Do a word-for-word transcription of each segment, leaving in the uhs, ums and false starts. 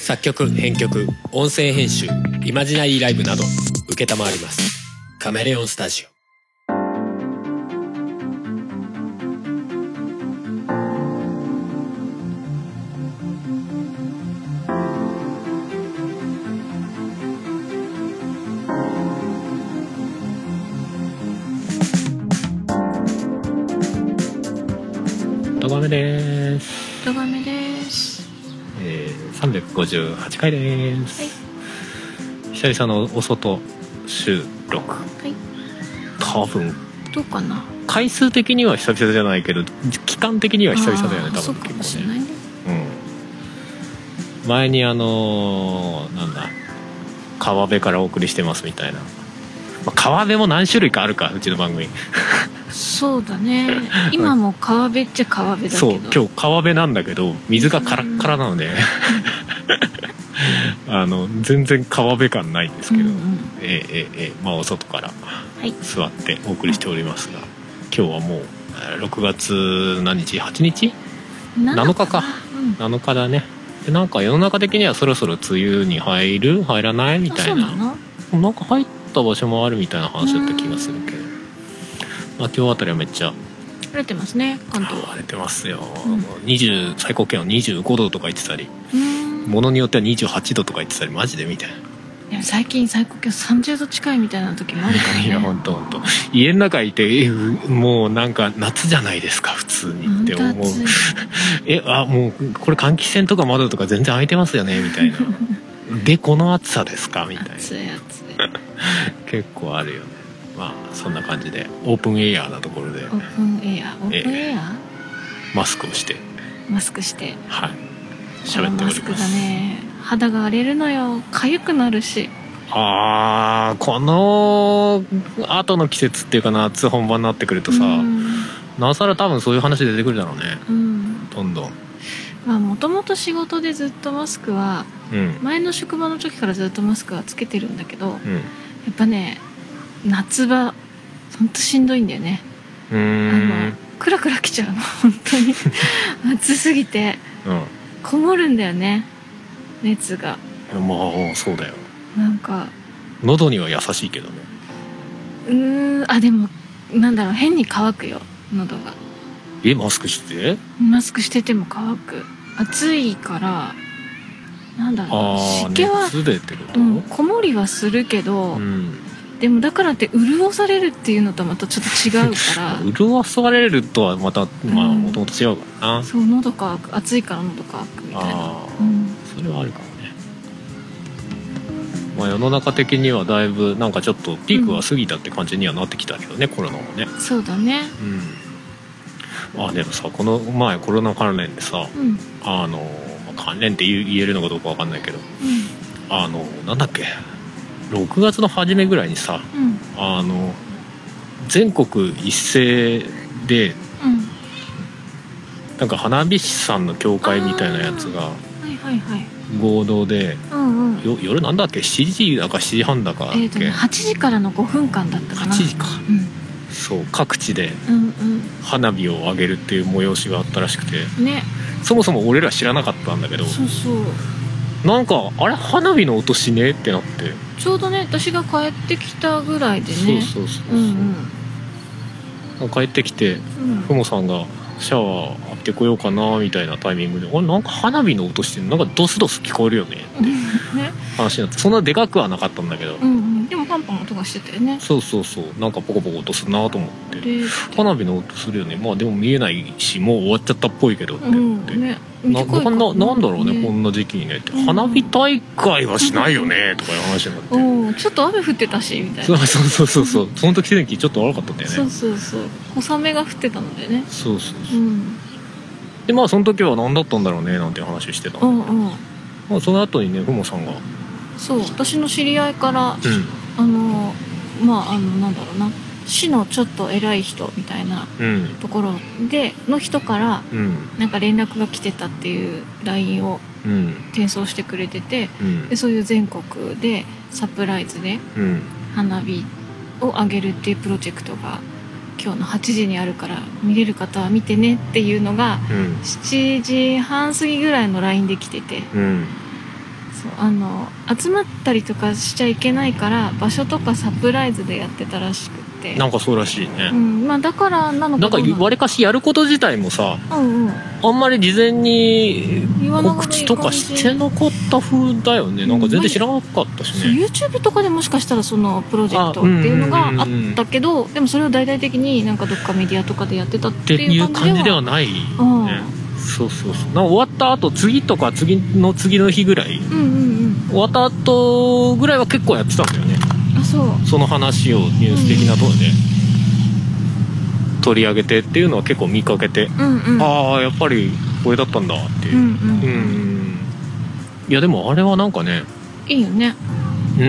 作曲編曲音声編集イマジナリーライブなど承ります。カメレオンスタジオ。とがめです。 とがめです。 えー、さんびゃくごじゅうはちかいです、はい、久々のお外収録、はい、多分どうかな、 回数的には久々じゃないけど期間的には久々だよね、多分。 そうかもしれないね。 うん、前にあのー、なんだ川辺からお送りしてますみたいな、まあ、川辺も何種類かあるか、うちの番組そうだね、今も川辺っちゃ川辺だけど、 そう今日川辺なんだけど水がカラッカラなのであの全然川辺感ないんですけど、うんうん、えー、えー、えー、まあお外から座ってお送りしておりますが、はい、今日はもうろくがつ何日はちにちなのかか、うん、なのかだね。でなんか世の中的にはそろそろ梅雨に入る入らないみたいな、な, なんか入った場所もあるみたいな話だった気がするけど、まあ、今日あたりはめっちゃ晴れてますね、関東は。 晴れてますよ、うん、にじゅう最高気温にじゅうごどとか言ってたり、ものによってはにじゅうはちどとか言ってたり、マジでみたいな。 いや最近最高気温さんじゅうど近いみたいな時もあるからね。 いや本当本当家の中いてえもうなんか夏じゃないですか普通にって思うえあもうこれ換気扇とか窓とか全然開いてますよねみたいなでこの暑さですかみたいな。 暑い暑い結構あるよね。まあそんな感じでオープンエアなところで、 オープンエアオープンエア、 えー、マスクをしてマスクしてはい喋っております。マスクがね肌が荒れるのよ、痒くなるし。 あーこの後の季節っていうか夏本番になってくるとさ、うん、なおさら多分そういう話出てくるだろうね、うん、どんどん。 まあもともと仕事でずっとマスクは、うん、前の職場の時からずっとマスクはつけてるんだけど、うん、やっぱね夏場ほんとしんどいんだよね。うーんあのクラクラきちゃうの本当に暑すぎて、うん、こもるんだよね熱が。 まあそうだよ。 なんか喉には優しいけどね。 うーんあでもなんだろう変に乾くよ喉が。 えマスクしてマスクしてても乾く。暑いからなんだろう湿気は熱でってこと、 うん、こもりはするけど、うん、でもだからって潤されるっていうのとはまたちょっと違うから潤されるとはまたまあもともと違うからな、うん、 そう喉乾く、暑いから喉乾くみたいな。あ、 うん、それはあるかもね。まあ世の中的にはだいぶなんかちょっとピークは過ぎたって感じにはなってきたけどね、うん、コロナもね。 そうだね。 うん。あでもさこの前コロナ関連でさ、うん、あの関連って言えるのかどうかわかんないけど、うん、あのなんだっけろくがつの初めぐらいにさ、うん、あの全国一斉で、うん、なんか花火師さんの協会みたいなやつが合同で、うんうん、よ夜なんだっけしちじだかしちじはんだかだっけ、えーとね、 はちじからのごふんかんだったかな。 はちじか、うん、そう各地で花火を上げるっていう催しがあったらしくて、ね、そもそも俺ら知らなかったんだけど、 そうそうなんかあれ花火の音しねえってなって、 ちょうどね私が帰ってきたぐらいでね、 そうそうそうそう、うんうん、帰ってきて、ふも、うん、さんがシャワー浴びてこようかなみたいなタイミングで、あれなんか花火の音してなんかドスドス聞こえるよねってね話になって、そんなでかくはなかったんだけど、うんうん、 でもパンパン音がしてたよね。 そうそうそう、なんかポコポコ音するなと思って、花火の音するよね、まあでも見えないしもう終わっちゃったっぽいけどって言って、うんね、な, な, な, なんだろうね、こんな時期にねって、うん、花火大会はしないよねとかいう話になって、 うん、ちょっと雨降ってたしみたいな。 そうそうそうそうその時天気ちょっと悪かったんだよね。 そうそうそう小雨が降ってたのでね。 そうそうそう、うん、でまあその時は何だったんだろうねなんて話してた、うんうんまあ、その後にねふもさんがそう私の知り合いから、うん、あのまああのなんだろうな市のちょっと偉い人みたいなところでの人から、うん、なんか連絡が来てたっていう ライン を転送してくれてて、うん、でそういう全国でサプライズで花火を上げるっていうプロジェクトが今日のはちじにあるから見れる方は見てねっていうのが、うん、しちじはん過ぎぐらいの ライン で来てて、うん、 そうあの集まったりとかしちゃいけないから場所とかサプライズでやってたらしくて、 なんかそうらしいね、 うんまあ、だからなのかなんかわりかしやること自体もさ、 うんうん、 あんまり事前に告知とかしてなかった風だよね。なんか全然知らなかったしね、 うん、YouTube とかでもしかしたらそのプロジェクトっていうのがあったけど、でもそれを大々的になんかどっかメディアとかでやってたっていう感じではない、ね、そうそうそう。なんか終わった後次とか次の次の日ぐらい、うんうんうん、終わった後ぐらいは結構やってたんだよね。 あ、そうその話をニュース的なところで取り上げてっていうのは結構見かけて、うんうん、ああやっぱりこれだったんだっていう、うんうんうん、いやでもあれはなんかねいいよね、 うん、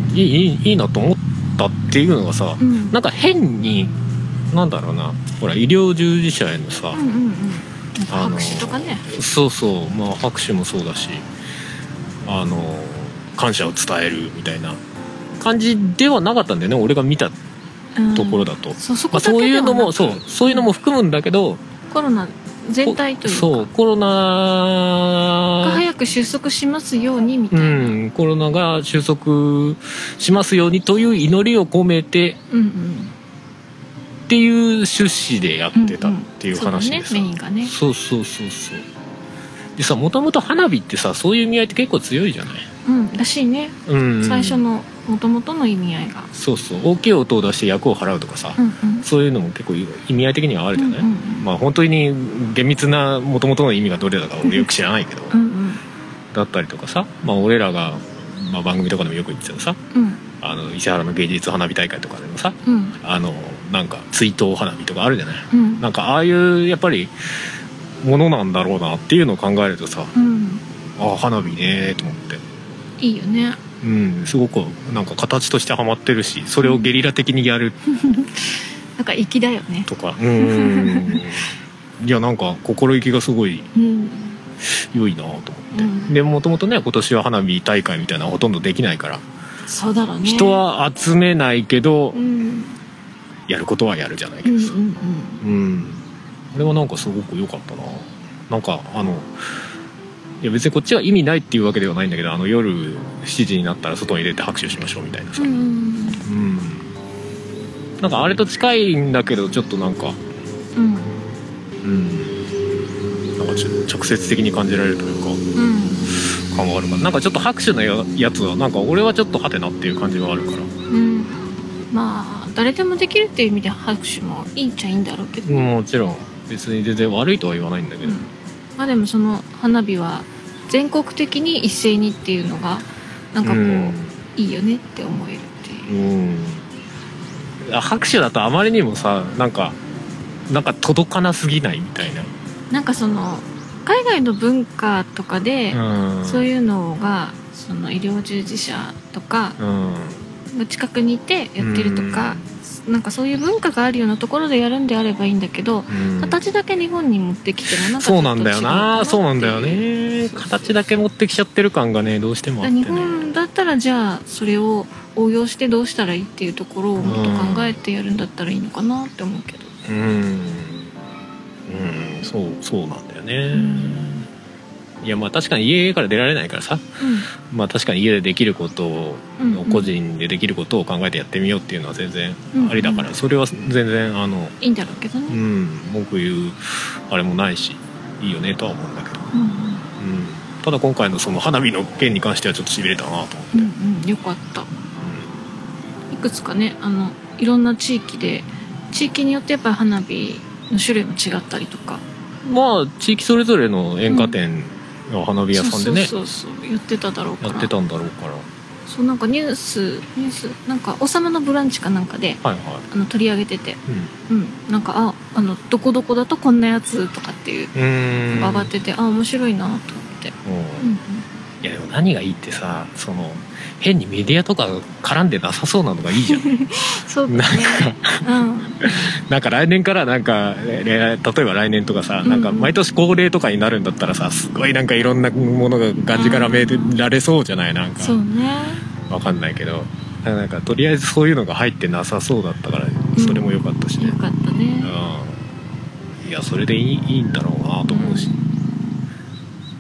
いい、いいなと思ったっていうのがさ、うん、なんか変になんだろうな、ほら医療従事者へのさ、うんうんうん、 拍手とかね、 そうそう、まあ拍手もそうだし、あの感謝を伝えるみたいな感じではなかったんだよね、俺が見たところだと、うん、そう、そこだけではなく、まあ、そういうのもそうそういうのも含むんだけど、 コロナ全体というか、 そうコロナが早く収束しますようにみたいな、うん、 コロナが収束しますようにという祈りを込めて、うんうん、っていう趣旨でやってたっていう話でさ、 うんうん、そうだね、メインがね、 そうそうそうそうでさ、もともと花火ってさ、そういう意味合いって結構強いじゃない、 うん、らしいね、うん、最初のもともとの意味合いが、 そうそう、大きい音を出して厄を払うとかさ、うんうん、そういうのも結構意味合い的にはあるじゃない、うんうんうん、まあ本当に厳密なもともとの意味がどれだか俺よく知らないけどうん、うん、だったりとかさ、まあ俺らが、まあ、番組とかでもよく言ってたさ、うん、あの石原の芸術花火大会とかでもさ、うん、あのなんか追悼花火とかあるじゃない、うん、なんかああいうやっぱりものなんだろうなっていうのを考えるとさ、うん、ああ花火ねと思って、 いいよね、 うん、すごくなんか形としてハマってるし、それをゲリラ的にやる、うん、 なんか粋だよねとか、うんいやなんか心意気がすごい良いなと思って、うん、でもともとね今年は花火大会みたいなのほとんどできないから、 そうだろうね、 人は集めないけど、うん、やることはやるじゃないけどさ、うんうんうん、うん、あれはなんかすごく良かったな。なんかあのいや別にこっちは意味ないっていうわけではないんだけど、あの夜しちじになったら外に出て拍手しましょうみたいなさ、うん、うん、なんかあれと近いんだけどちょっとなんかうん、うん、なんかちょ直接的に感じられるというか、うん、感はあるから、なんかちょっと拍手の や, やつはなんか俺はちょっとハテナっていう感じがあるから、うん、 まあ誰でもできるっていう意味で拍手もいいっちゃいいんだろうけど、ね、 もちろん別に全然悪いとは言わないんだけど、うん、 まあでもその花火は全国的に一斉にっていうのがなんかこう、うん、いいよねって思えるっていう、 うん、拍手だとあまりにもさなんかなんか届かなすぎないみたいな、 なんかその海外の文化とかで、うん、そういうのがその医療従事者とかが近くにいてやってるとか、うん、なんかそういう文化があるようなところでやるんであればいいんだけど、うん、形だけ日本に持ってきてもなんかちょっと違うかなっていう。 そうなんだよな、そうなんだよね、形だけ持ってきちゃってる感がねどうしてもあってね。 日本だったらじゃあそれを応用してどうしたらいいっていうところをもっと考えてやるんだったらいいのかなって思うけど、うん、うん、 そうそうなんだよね、うん、いやまあ確かに家から出られないからさ、うん、まあ確かに家でできることを、うんうん、個人でできることを考えてやってみようっていうのは全然ありだから、うんうん、それは全然あのいいんだろうけどね、 うん、文句言うあれもないしいいよねとは思うんだけど、うんうんうん、ただ今回のその花火の件に関してはちょっとしびれたなと思って、 うんうん、よかった、うん、いくつかねあのいろんな地域で地域によってやっぱり花火の種類も違ったりとか、 まあ地域それぞれの演歌店の花火屋さんでね、 うん、そうそうそうそうやってただろうからやってたんだろうから、 そうなんかニュースニュースなんか王様のブランチかなんかで、はいはい、あの取り上げてて、うんうん、なんかああのどこどこだとこんなやつとかっていうのが上がってて、あ面白いなと思って、うんうん、 いやでも何がいいってさ、その変にメディアとか絡んでなさそうなのがいいじゃんそうだね、 なんか、うん、なんか来年からなんか例えば来年とかさ、なんか毎年恒例とかになるんだったらさ、すごいなんかいろんなものががんじがらめられそうじゃない、なんかそうね、 わかんないけど、なんかとりあえずそういうのが入ってなさそうだったからそれも良かったしね、 うん、よかったね、 うん、いやそれでいい、いいんだろうなと思うし、 うん、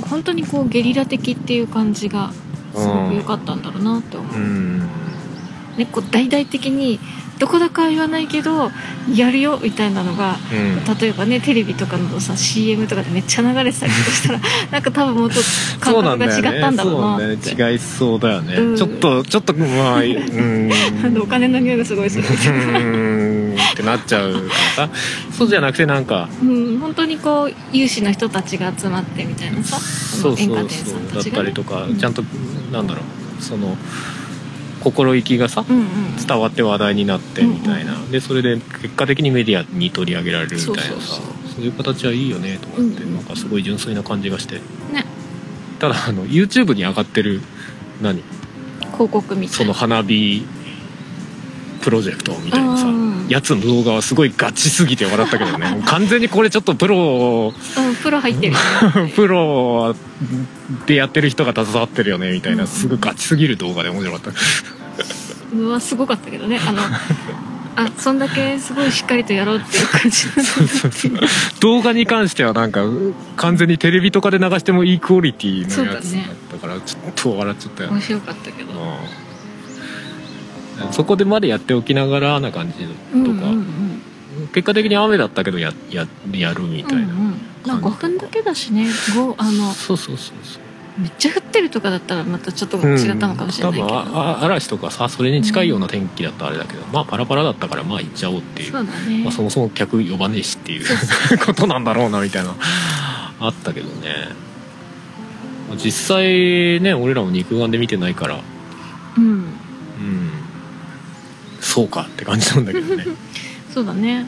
本当にこうゲリラ的っていう感じがすごく良かったんだろうなって思う、うん、ね、こう大々的にどこだか言わないけどやるよみたいなのが、うん、例えばねテレビとかのさ シーエム とかでめっちゃ流れてたりとかしたらなんか多分もっと感覚が違ったんだろうなって。 そうなんだよね、違いそうだよね、うん、ちょっとちょっとまあうんお金の匂いがすごいするみたいなうんってなっちゃうからさ、そうじゃなくてなんか、 うん、本当にこう有志の人たちが集まってみたいなさ、 そうそうそうだったりとか、うん、ちゃんとなんだろう、その心意気がさ、うんうん、伝わって話題になってみたいな、うんうん、でそれで結果的にメディアに取り上げられるみたいなさ、そうそうそう、そういう形はいいよねと思って、うんうん、なんかすごい純粋な感じがして、ね、ただあの YouTube に上がってる何広告みたいなその花火プロジェクトみたいなさやつの動画はすごいガチすぎて笑ったけどね完全にこれちょっとプロ、 うん、プロ入ってるプロでやってる人が携わってるよねみたいな、すごいガチすぎる動画で面白かったうわすごかったけどね、あのあそんだけすごいしっかりとやろうっていう感じなんだそうそうそう動画に関してはなんか完全にテレビとかで流してもいいクオリティのやつだったからちょっと笑っちゃったよね。 面白かったけど、 うん、そこでまでやっておきながらな感じとか、うんうんうん、結果的に雨だったけど や, や, やるみたいな、うんうん、 まあごふんだけだしね、あのそうそうそうそうめっちゃ降ってるとかだったらまたちょっと違ったのかもしれないけど、うん、多分あ嵐とかさそれに近いような天気だったらあれだけど、うん、まあパラパラだったからまあ行っちゃおうっていう、 そうだね、 まあ、そもそも客呼ばねえしっていうそうそうことなんだろうなみたいなあったけどね。実際ね俺らも肉眼で見てないからうん、うん、そうかって感じなんだけどねそうだね、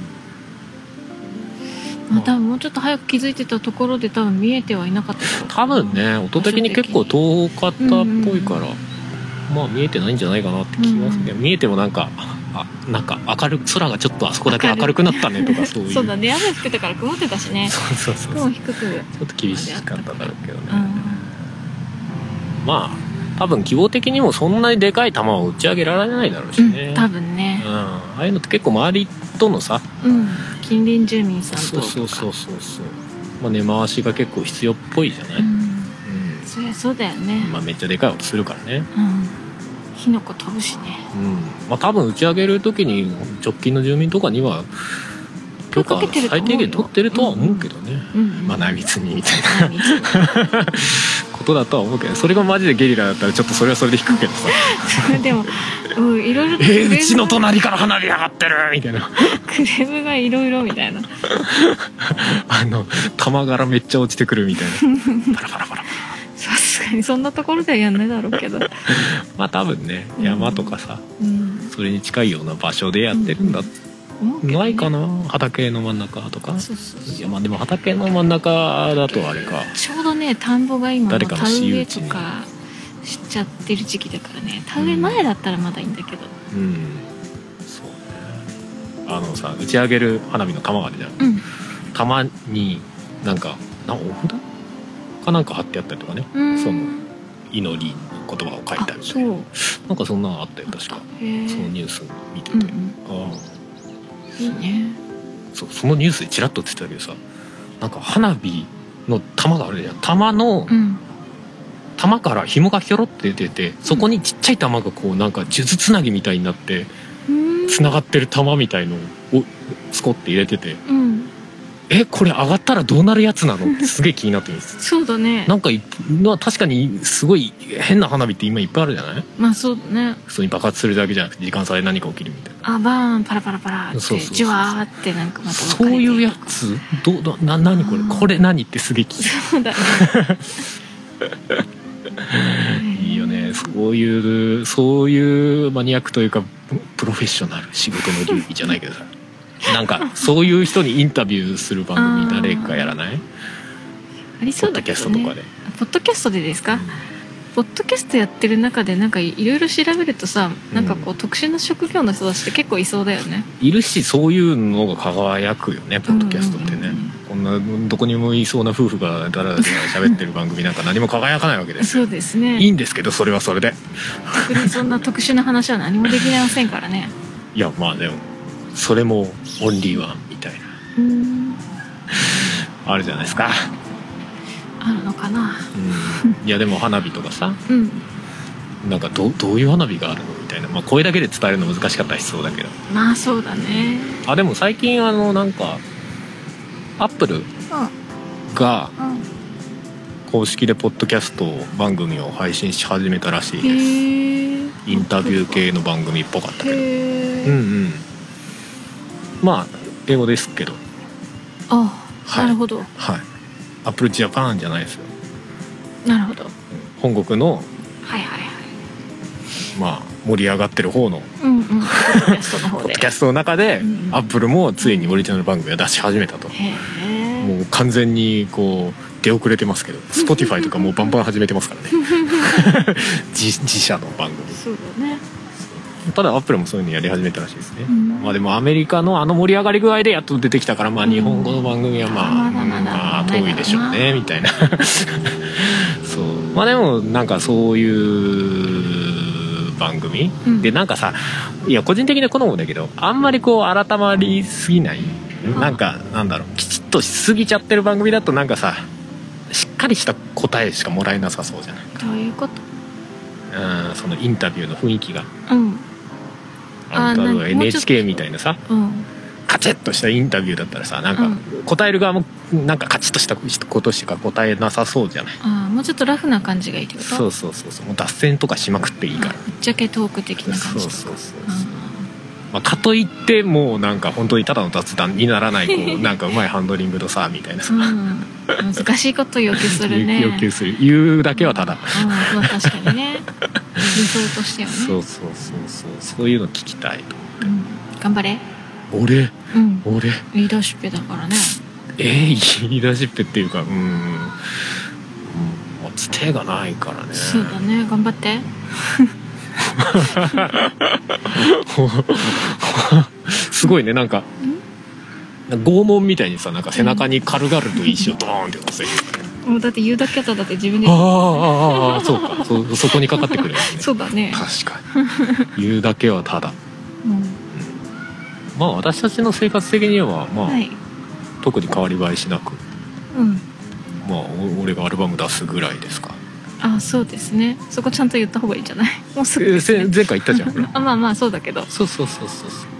うん、まあ、多分もうちょっと早く気づいてたところで多分見えてはいなかっただろう多分ね、音的に結構遠かったっぽいから、うんうん、まあ見えてないんじゃないかなって気がするけど、うんうん、見えてもなんかあなんか明るく空がちょっとあそこだけ明るくなったねとかそういうそうだね、雨降ってたから曇ってたしねそうそうそう雲低くちょっと厳しかっただろうけどね、うん、まあ多分希望的にもそんなにでかい球を打ち上げられないだろうしね、 うん、多分ね、 うん、ああいうのって結構周りとのさ、 うん、近隣住民さんとかそうそうそうそう、まあ、根回しが結構必要っぽいじゃない、うんうん、そりゃそうだよね、 まあ、めっちゃでかい音するからね、 うん、火の粉飛ぶしね、 うんまあ、多分打ち上げる時に直近の住民とかには許可最低限取ってるとは思うけどね、うんうんうん、まあ内密にみたいなことだとは思うけど、それがマジでゲリラだったらちょっとそれはそれで引くけどさでも、うん、いろいろえー、うちの隣から花火上がってるみたいなクレームがいろいろみたいなあの玉柄めっちゃ落ちてくるみたいなパラパラパラさすがにそんなところではやんないだろうけどまあ多分ね山とかさ、うん、それに近いような場所でやってるんだ、うんね、ないかな、畑の真ん中とか。そうそうそう、いやまあでも畑の真ん中だとあれか、 ちょうどね田んぼが今の田植えとかしちゃってる時期だからね、田植え前だったらまだいいんだけど、うん、うん、 そうね、あのさ打ち上げる花火の玉があるじゃん、うん、玉になんかなお札かなんか貼ってあったりとかね、その祈りの言葉を書いたりとか、なんかそんなのあったよ確か、そのニュース見てて、うんうん、ああいいね、そ, そのニュースでチラッとって言ってたけどさ、なんか花火の玉があるじゃん、玉の、うん、玉から紐がひょろって出てて、そこにちっちゃい玉がこうなんか数珠つなぎみたいになってつながってる玉みたいのをスコって入れてて、うん、えこれ上がったらどうなるやつなのってすげえ気になってるんですそうだね、 なんか確かにすごい変な花火って今いっぱいあるじゃない、 まあそうだね、 普通に爆発するだけじゃなくて時間差で何か起きるみたいな、 あバーンパラパラパラってじわーってなんかまたそういうやつどどな何これこれ何ってすげえ気になるそうだねいいよね、そういうそういうマニアックというかプロフェッショナル仕事の流儀じゃないけどさなんかそういう人にインタビューする番組誰かやらない？ ありそうだけどね。ポッドキャストとかで。ポッドキャストでですか？うん、ポッドキャストやってる中でなんかいろいろ調べるとさ、なんかこう特殊な職業の人たちって結構いそうだよね。 いるし、そういうのが輝くよね、ポッドキャストってね。こんなどこにもいそうな夫婦がだらだら喋ってる番組なんか何も輝かないわけですよ。 そうですね。 いいんですけどそれはそれで。 特にそんな特殊な話は何もできませんからね。 いやまあでもそれもオンリーワンみたいな。うーんあるじゃないですか。 あるのかな、 うん、いやでも花火とかさ、 うん、 なんか ど, どういう花火があるのみたいな、まあ、声だけで伝えるの難しかったりしそうだけど、 まあそうだね。 あでも最近あのなんかアップルが公式でポッドキャスト番組を配信し始めたらしいです。インタビュー系の番組っぽかったけど、うんうん、まあ英語ですけど、 あ、はい、なるほど、 はい、アップルジャパンじゃないですよ。 なるほど、 本国の、 はいはいはい、 まあ盛り上がってる方の、 うんうん、ポッドキャストの方でポッドキャストの中で、うんうん、アップルもついにオリジナル番組を出し始めたと、へもう完全にこう出遅れてますけど、Spotify とかもうバンバン始めてますからね自, 自社の番組。そうだね。ただアップルもそういうのやり始めたらしいですね、うん、まあでもアメリカのあの盛り上がり具合でやっと出てきたから、まあ日本語の番組はまあ、うん、まあ遠いでしょうねみたいなそう、まあでもなんかそういう番組、うん、でなんかさ、いや個人的な好みだけど、あんまりこう改まりすぎない、うん、なんかなんだろう、きちっとしすぎちゃってる番組だとなんかさ、しっかりした答えしかもらえなさそうじゃない。どういうこと？うん、そのインタビューの雰囲気が、うん、あの エヌエイチケー みたいなさ、うん、カチッとしたインタビューだったらさ、なんか答える側もなんかカチッとしたことしか答えなさそうじゃない。あ、もうちょっとラフな感じがいいってこと？そうそうそうそう、もう脱線とかしまくっていいから、ぶっちゃけトーク的な感じとか。そうそうそうそう、まあ、かといってもうなんか本当にただの雑談にならない、こうなんかうまいハンドリングとさみたいなさ、うん、難しいことを要求するね要求する、言うだけはただ、うん、まあ、確かにね理想としてはね。そうそうそうそう、そういうの聞きたいと思って、うん、頑張れ俺、うん、俺リーダーシップだからね。えー、リーダーシップっていうか、うん、うん、まあ、つてがないからね。そうだね、頑張ってすごいね、なんか拷問みたいにさ、なんか背中に軽々と石をドーンって乗せる、もうだって言うだけだって自分で、あああ、そうか、 そ, そこにかかってくるんですねそうだね、確かに言うだけはただ、うんうん、まあ私たちの生活的にはまあ、はい、特に変わり映えしなく、うん、まあ俺がアルバム出すぐらいですか。あ、そうですね、そこちゃんと言った方がいいんじゃない？もうすぐですね、前回言ったじゃんあ、まあまあそうだけど、そうそうそうそうそう、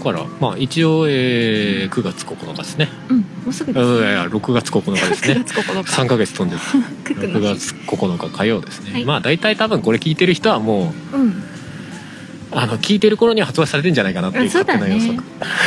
だからまあ一応、えー、くがつここのかですね、うん、もうすぐですね。いやいやろくがつここのかですねくがつここのか、さんかげつ飛んでるろくがつここのか火曜ですね、はい、まあ大体多分これ聞いてる人はもう、うん、あの聞いてる頃には発売されてんじゃないかなっていう勝手な予測、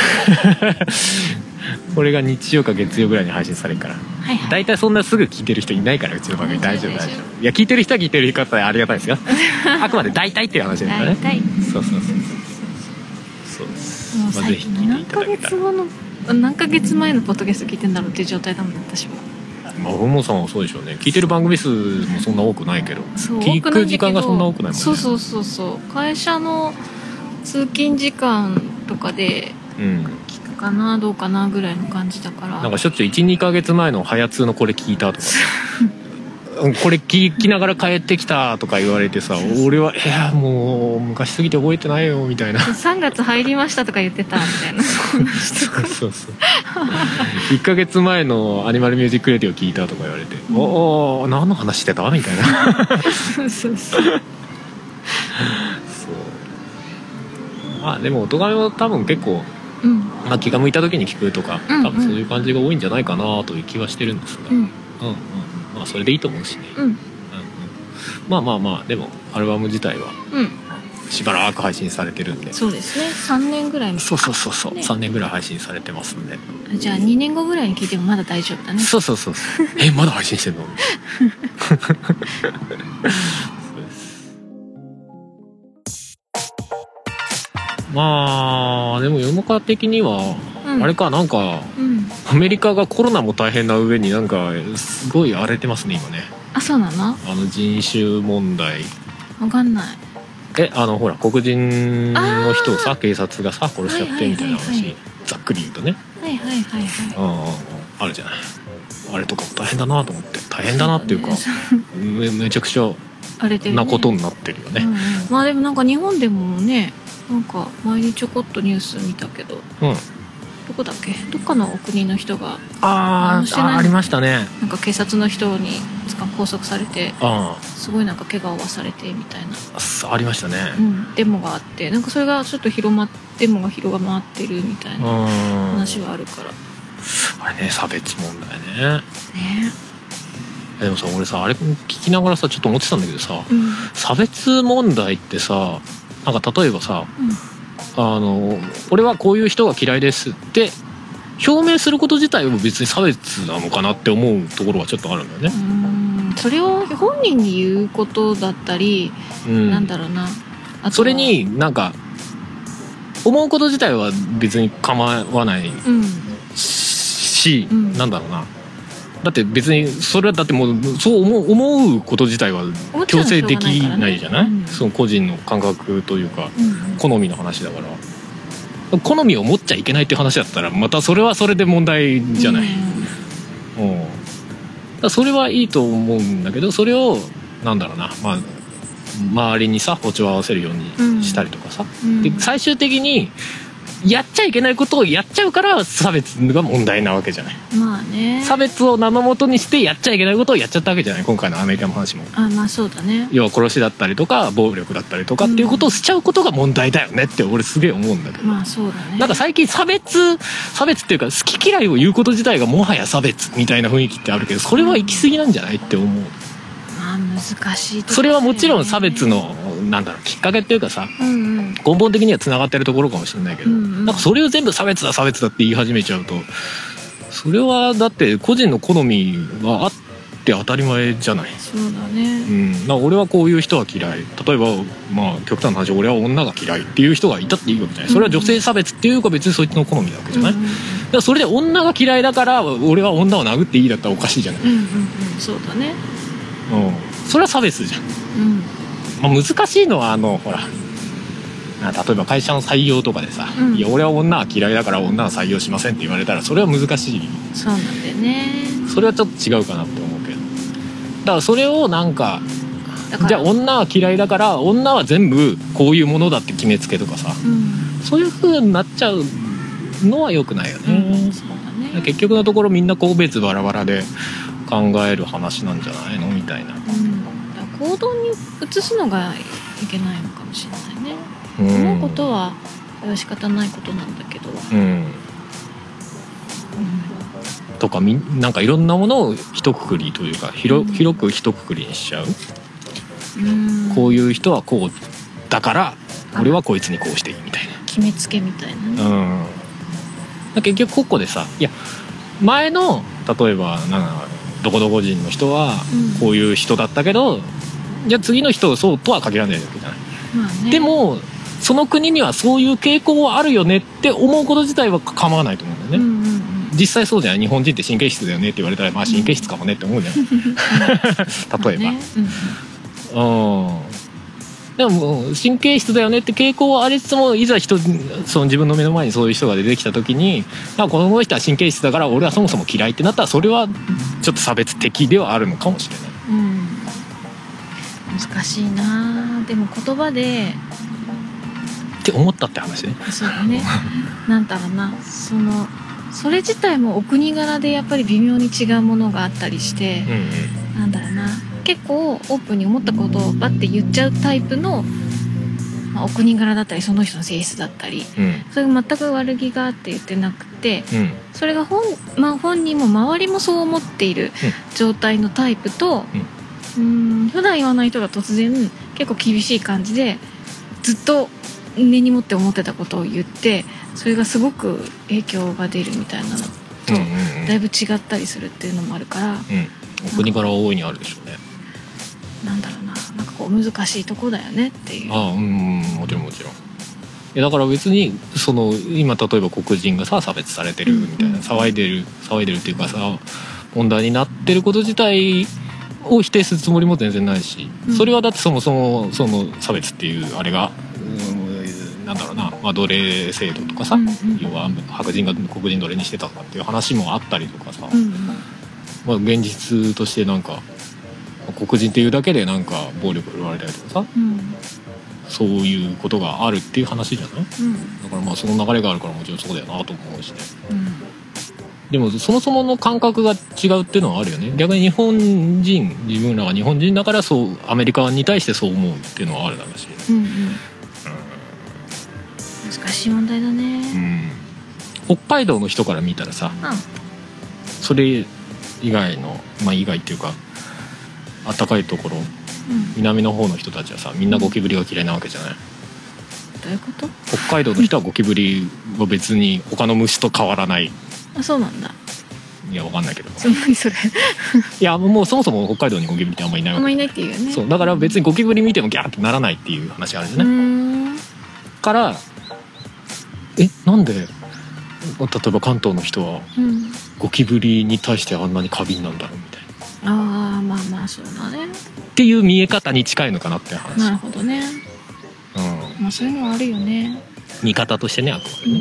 これが日曜か月曜ぐらいに配信されるから、はいはい、大体そんなすぐ聞いてる人いないから、うちの番組大丈夫大丈夫、いや聞いてる人は聞いてる方はありがたいですよあくまで大体っていう話ですからね。大体そうそうそうそうそうです。もう最近何ヶ月後の何ヶ月前のポッドキャスト聞いてんだろうっていう状態だもん私も。まあ本間さんはそうでしょうね。聞いてる番組数もそんな多くないけど、聞く時間がそんな多くないもんね。そうそうそうそう、会社の通勤時間とかで、うん、かなどうかなぐらいの感じだから、なんかしょっちゅう いち,に ヶ月前のはや通のこれ聞いたとかこれ聞きながら帰ってきたとか言われてさ、俺はいやもう昔すぎて覚えてないよみたいな、さんがつ入りましたとか言ってたみたいなそうそうそういっかげつまえのアニマルミュージックレディオ聞いたとか言われて、うん、おお何の話してたみたいなそうそうそうそう、まあでもおとがめも多分結構、うん、まあ、気が向いた時に聞くとか、うんうん、多分そういう感じが多いんじゃないかなという気はしてるんですが、うん、うんうん、まあそれでいいと思うしね、うんうんうん、まあまあまあでもアルバム自体はしばらく配信されてるんで、そうですね、さんねんぐらい、そうそうそうそう、ね、さんねんぐらい配信されてますんで、じゃあにねんごぐらいに聞いてもまだ大丈夫だね。そうそうそうそうえまだ配信してんのまあでも世の中的には、うん、あれかなんか、うん、アメリカがコロナも大変な上になんかすごい荒れてますね今ね。あ、そうなの？あの人種問題わかんない。えあのほら黒人の人をさ警察がさ殺しちゃってみたいな話、はいはいはいはい、ざっくり言うとね、はいはいはいはい、ああるじゃない。あれとかも大変だなと思って、大変だなっていうかめ, めちゃくちゃなことになってるよね、うんうん、まあでもなんか日本でもねなんか前にちょこっとニュース見たけど、うん、 どこだっけ、どっかのお国の人がああありましたね。 なんか警察の人に拘束されて、 あすごいなんか怪我を負わされてみたいなあ, ありましたね、 うん、デモがあって、なんかそれがちょっと広まっデモが広がってるみたいな話はあるから、 あれね、差別問題ね。 ねでもさ、俺さあれ聞きながらさちょっと思ってたんだけどさ、 うん、 差別問題ってさ、なんか例えばさ、うん、あの俺はこういう人が嫌いですって表明すること自体も別に差別なのかなって思うところはちょっとあるんだよね。 うん、それを本人に言うことだったり、うん、なんだろうな、 あそれになんか思うこと自体は別に構わないし、うん、なんだろうな、だって別にそれはだってもうそう思う、思うこと自体は強制できないじゃない、うん、その個人の感覚というか、うん、好みの話だから、好みを持っちゃいけないっていう話だったらまたそれはそれで問題じゃない、うん、うん、だからそれはいいと思うんだけど、それをなんだろうな、まあ周りにさ歩調を合わせるようにしたりとかさ、うん、で最終的にやっちゃいけないことをやっちゃうから差別が問題なわけじゃない。 まあね、 差別を名のもとにしてやっちゃいけないことをやっちゃったわけじゃない、今回のアメリカの話も。 あ、まあそうだね。 要は殺しだったりとか暴力だったりとかっていうことをしちゃうことが問題だよねって俺すげえ思うんだけど、 まあそうだね。 なんか最近差別差別っていうか好き嫌いを言うこと自体がもはや差別みたいな雰囲気ってあるけど、それは行き過ぎなんじゃないって思う。 まあ難しいところだよね。 それはもちろん差別のなんだろうきっかけっていうかさ、うんうん、根本的にはつながってるところかもしれないけど、うんうん、なんかそれを全部差別だ差別だって言い始めちゃうと、それはだって個人の好みはあって当たり前じゃない。 そうだね、 うん、なんか俺はこういう人は嫌い、例えばまあ極端な話俺は女が嫌いっていう人がいたっていいわけじゃない、それは女性差別っていうか別にそいつの好みなわけじゃない、うんうん、だからそれで女が嫌いだから俺は女を殴っていいだったらおかしいじゃない、うんうんうん、 そうだね、 うん、それは差別じゃん、うんまあ、難しいのはあのほら例えば会社の採用とかでさ、うん、いや俺は女は嫌いだから女は採用しませんって言われたらそれは難しい。 そうなんだよね。 それはちょっと違うかなって思うけど、だからそれをなんかじゃあ女は嫌いだから女は全部こういうものだって決めつけとかさ、うん、そういう風になっちゃうのは良くないよね、うん、そうだね。結局のところみんな個別バラバラで考える話なんじゃないのみたいな、うん、 だから行動に移すのがいけないのかもしれないね、うん、思うことは仕方ないことなんだけど、うんうん、 とかみなんかいろんなものを一括りというか 広,、うん、広く一括りにしちゃう、うん、こういう人はこうだから俺はこいつにこうしていいみたいな決めつけみたいなね、 うん、結局個々でさ、いや前の例えばなんかどこどこ人の人はこういう人だったけど、うん、じゃあ次の人そうとは限らないわけじゃない、まあね、でもその国にはそういう傾向はあるよねって思うこと自体は構わないと思うんだよね、うんうんうん、実際そうじゃない、日本人って神経質だよねって言われたらまあ神経質かもねって思うじゃん、うん、例えば、ね、うん、うん、でも神経質だよねって傾向はありつつもいざ人その自分の目の前にそういう人が出てきた時にこの人は神経質だから俺はそもそも嫌いってなったらそれはちょっと差別的ではあるのかもしれない、うん、 難しいな。でも言葉でって思ったって話ね。 そうだねなんだろうな、そのそれ自体もお国柄でやっぱり微妙に違うものがあったりして、うんうん、なんだろうな、結構オープンに思ったことをバッて言っちゃうタイプの、まあ、お国柄だったりその人の性質だったり、うん、それが全く悪気があって言ってなくて、うん、それが 本,、まあ、本人も周りもそう思っている状態のタイプと、うん、うーん普段言わない人が突然結構厳しい感じでずっと根に持って思ってたことを言ってそれがすごく影響が出るみたいなのとだいぶ違ったりするっていうのもあるから、うん、 お国から大いにあるでしょうね。 なんだろうな、なんかこう難しいとこだよねっていう。 ああ、うん、もちろんもちろん。いやだから別にその今例えば黒人がさ差別されてるみたいな、騒いでる騒いでるっていうかさ問題になってること自体を否定するつもりも全然ないし、それはだってそもそもその差別っていうあれが、うん、なんだろうな、まあ、奴隷制度とかさ、うんうん、要は白人が黒人奴隷にしてたとかっていう話もあったりとかさ、うんうん、まあ、現実としてなんか黒人っていうだけでなんか暴力振るわれたりとかさ、うん、 そういうことがあるっていう話じゃない、 うん、 だからまあその流れがあるからもちろんそうだよなと思うしね、 うん、 でもそもそもの感覚が違うっていうのはあるよね。逆に日本人、自分らが日本人だからそうアメリカに対してそう思うっていうのはあるだろうし、 うんうん、難しい問題だね、 うん、北海道の人から見たらさ、うん、それ以外のまあ以外っていうか暖かいところ、うん、南の方の人たちはさみんなゴキブリが嫌いなわけじゃない。 どういうこと？ 北海道の人はゴキブリは別に他の虫と変わらない。 あ、そうなんだ。 いやわかんないけど。 そ何それいやもうそもそも北海道にゴキブリってあんまりいないわけ。 あんまりいないっていうよね。 そうだから別にゴキブリ見てもギャーってならないっていう話あるじゃない。うーんからえなんで例えば関東の人はゴキブリに対してあんなに過敏なんだろうみたいな、 うん、ああまあまあそうだねっていう見え方に近いのかなって話。 なるほどね、うん、まあそういうのはあるよね、 見方としてね、あくまでね、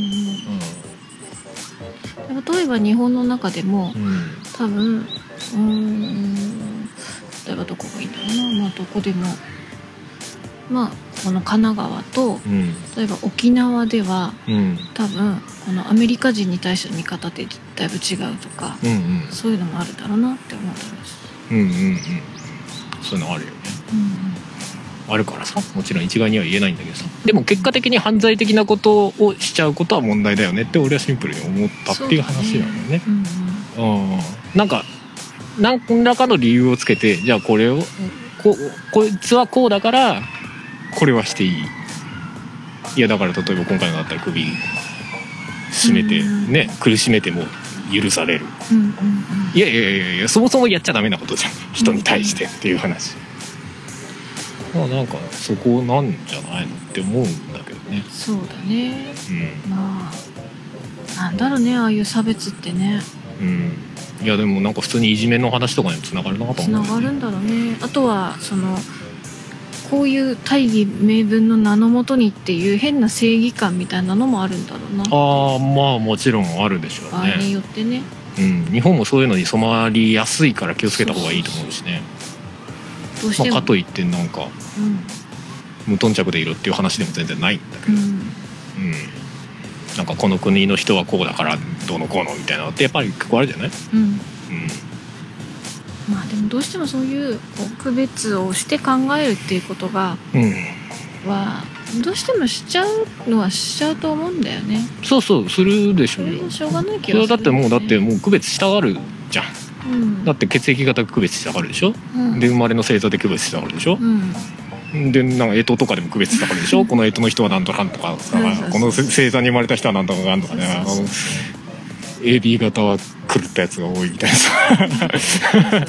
うんうん、例えば日本の中でも、うん、多分うーん例えばどこがいいんだろうな、まあどこでもまあこの神奈川と、うん、例えば沖縄では、うん、多分このアメリカ人に対しての見方ってだいぶ違うとか、うんうん、そういうのもあるだろうなって思ったんです。 うんうんうん、そういうのあるよね、うんうん、あるからさもちろん一概には言えないんだけどさ、でも結果的に犯罪的なことをしちゃうことは問題だよねって俺はシンプルに思ったっていう話なのね。うん、うん、なんか何らかの理由をつけてじゃあこれをここいつはこうだからこれはしていい、いやだから例えば今回のだったら首絞めてね、苦しめても許される、うんうんうん、いやいやいやいやそもそもやっちゃダメなことじゃん人に対してっていう話、うんうん、まあなんかそこなんじゃないのって思うんだけどね。 そうだね、うん、まあなんだろうねああいう差別ってね、 うん、いやでもなんか普通にいじめの話とかにつながるなと思う、ね、 つながるんだろうね。あとはそのこういう大義名分の名のもとにっていう変な正義感みたいなのもあるんだろうな。 ああまあもちろんあるでしょうね。 場合によってね、 うん、日本もそういうのに染まりやすいから気をつけた方がいいと思うしね。どうしても、まあ、かといってなんか、うん、無頓着でいるっていう話でも全然ないんだけど、うんうん、なんかこの国の人はこうだからどうのこうのみたいなのってやっぱり結構あるじゃない、うんうん、 まあでもどうしてもそういう、こう区別をして考えるっていうことが、うん、はどうしてもしちゃうのはしちゃうと思うんだよね。 そうそうするでしょうよ。 それはしょうがない気がする、ね、 だってもうだってもう区別したがるじゃん、うん、だって血液型区別したがるでしょ、うん、で生まれの星座で区別したがるでしょ、うん、でなんか干支とかでも区別したがるでしょこの干支の人はなんとかなんとかさ、この星座に生まれた人はなんとかなんとかね、エービー 型は狂ったやつが多いみたいなさ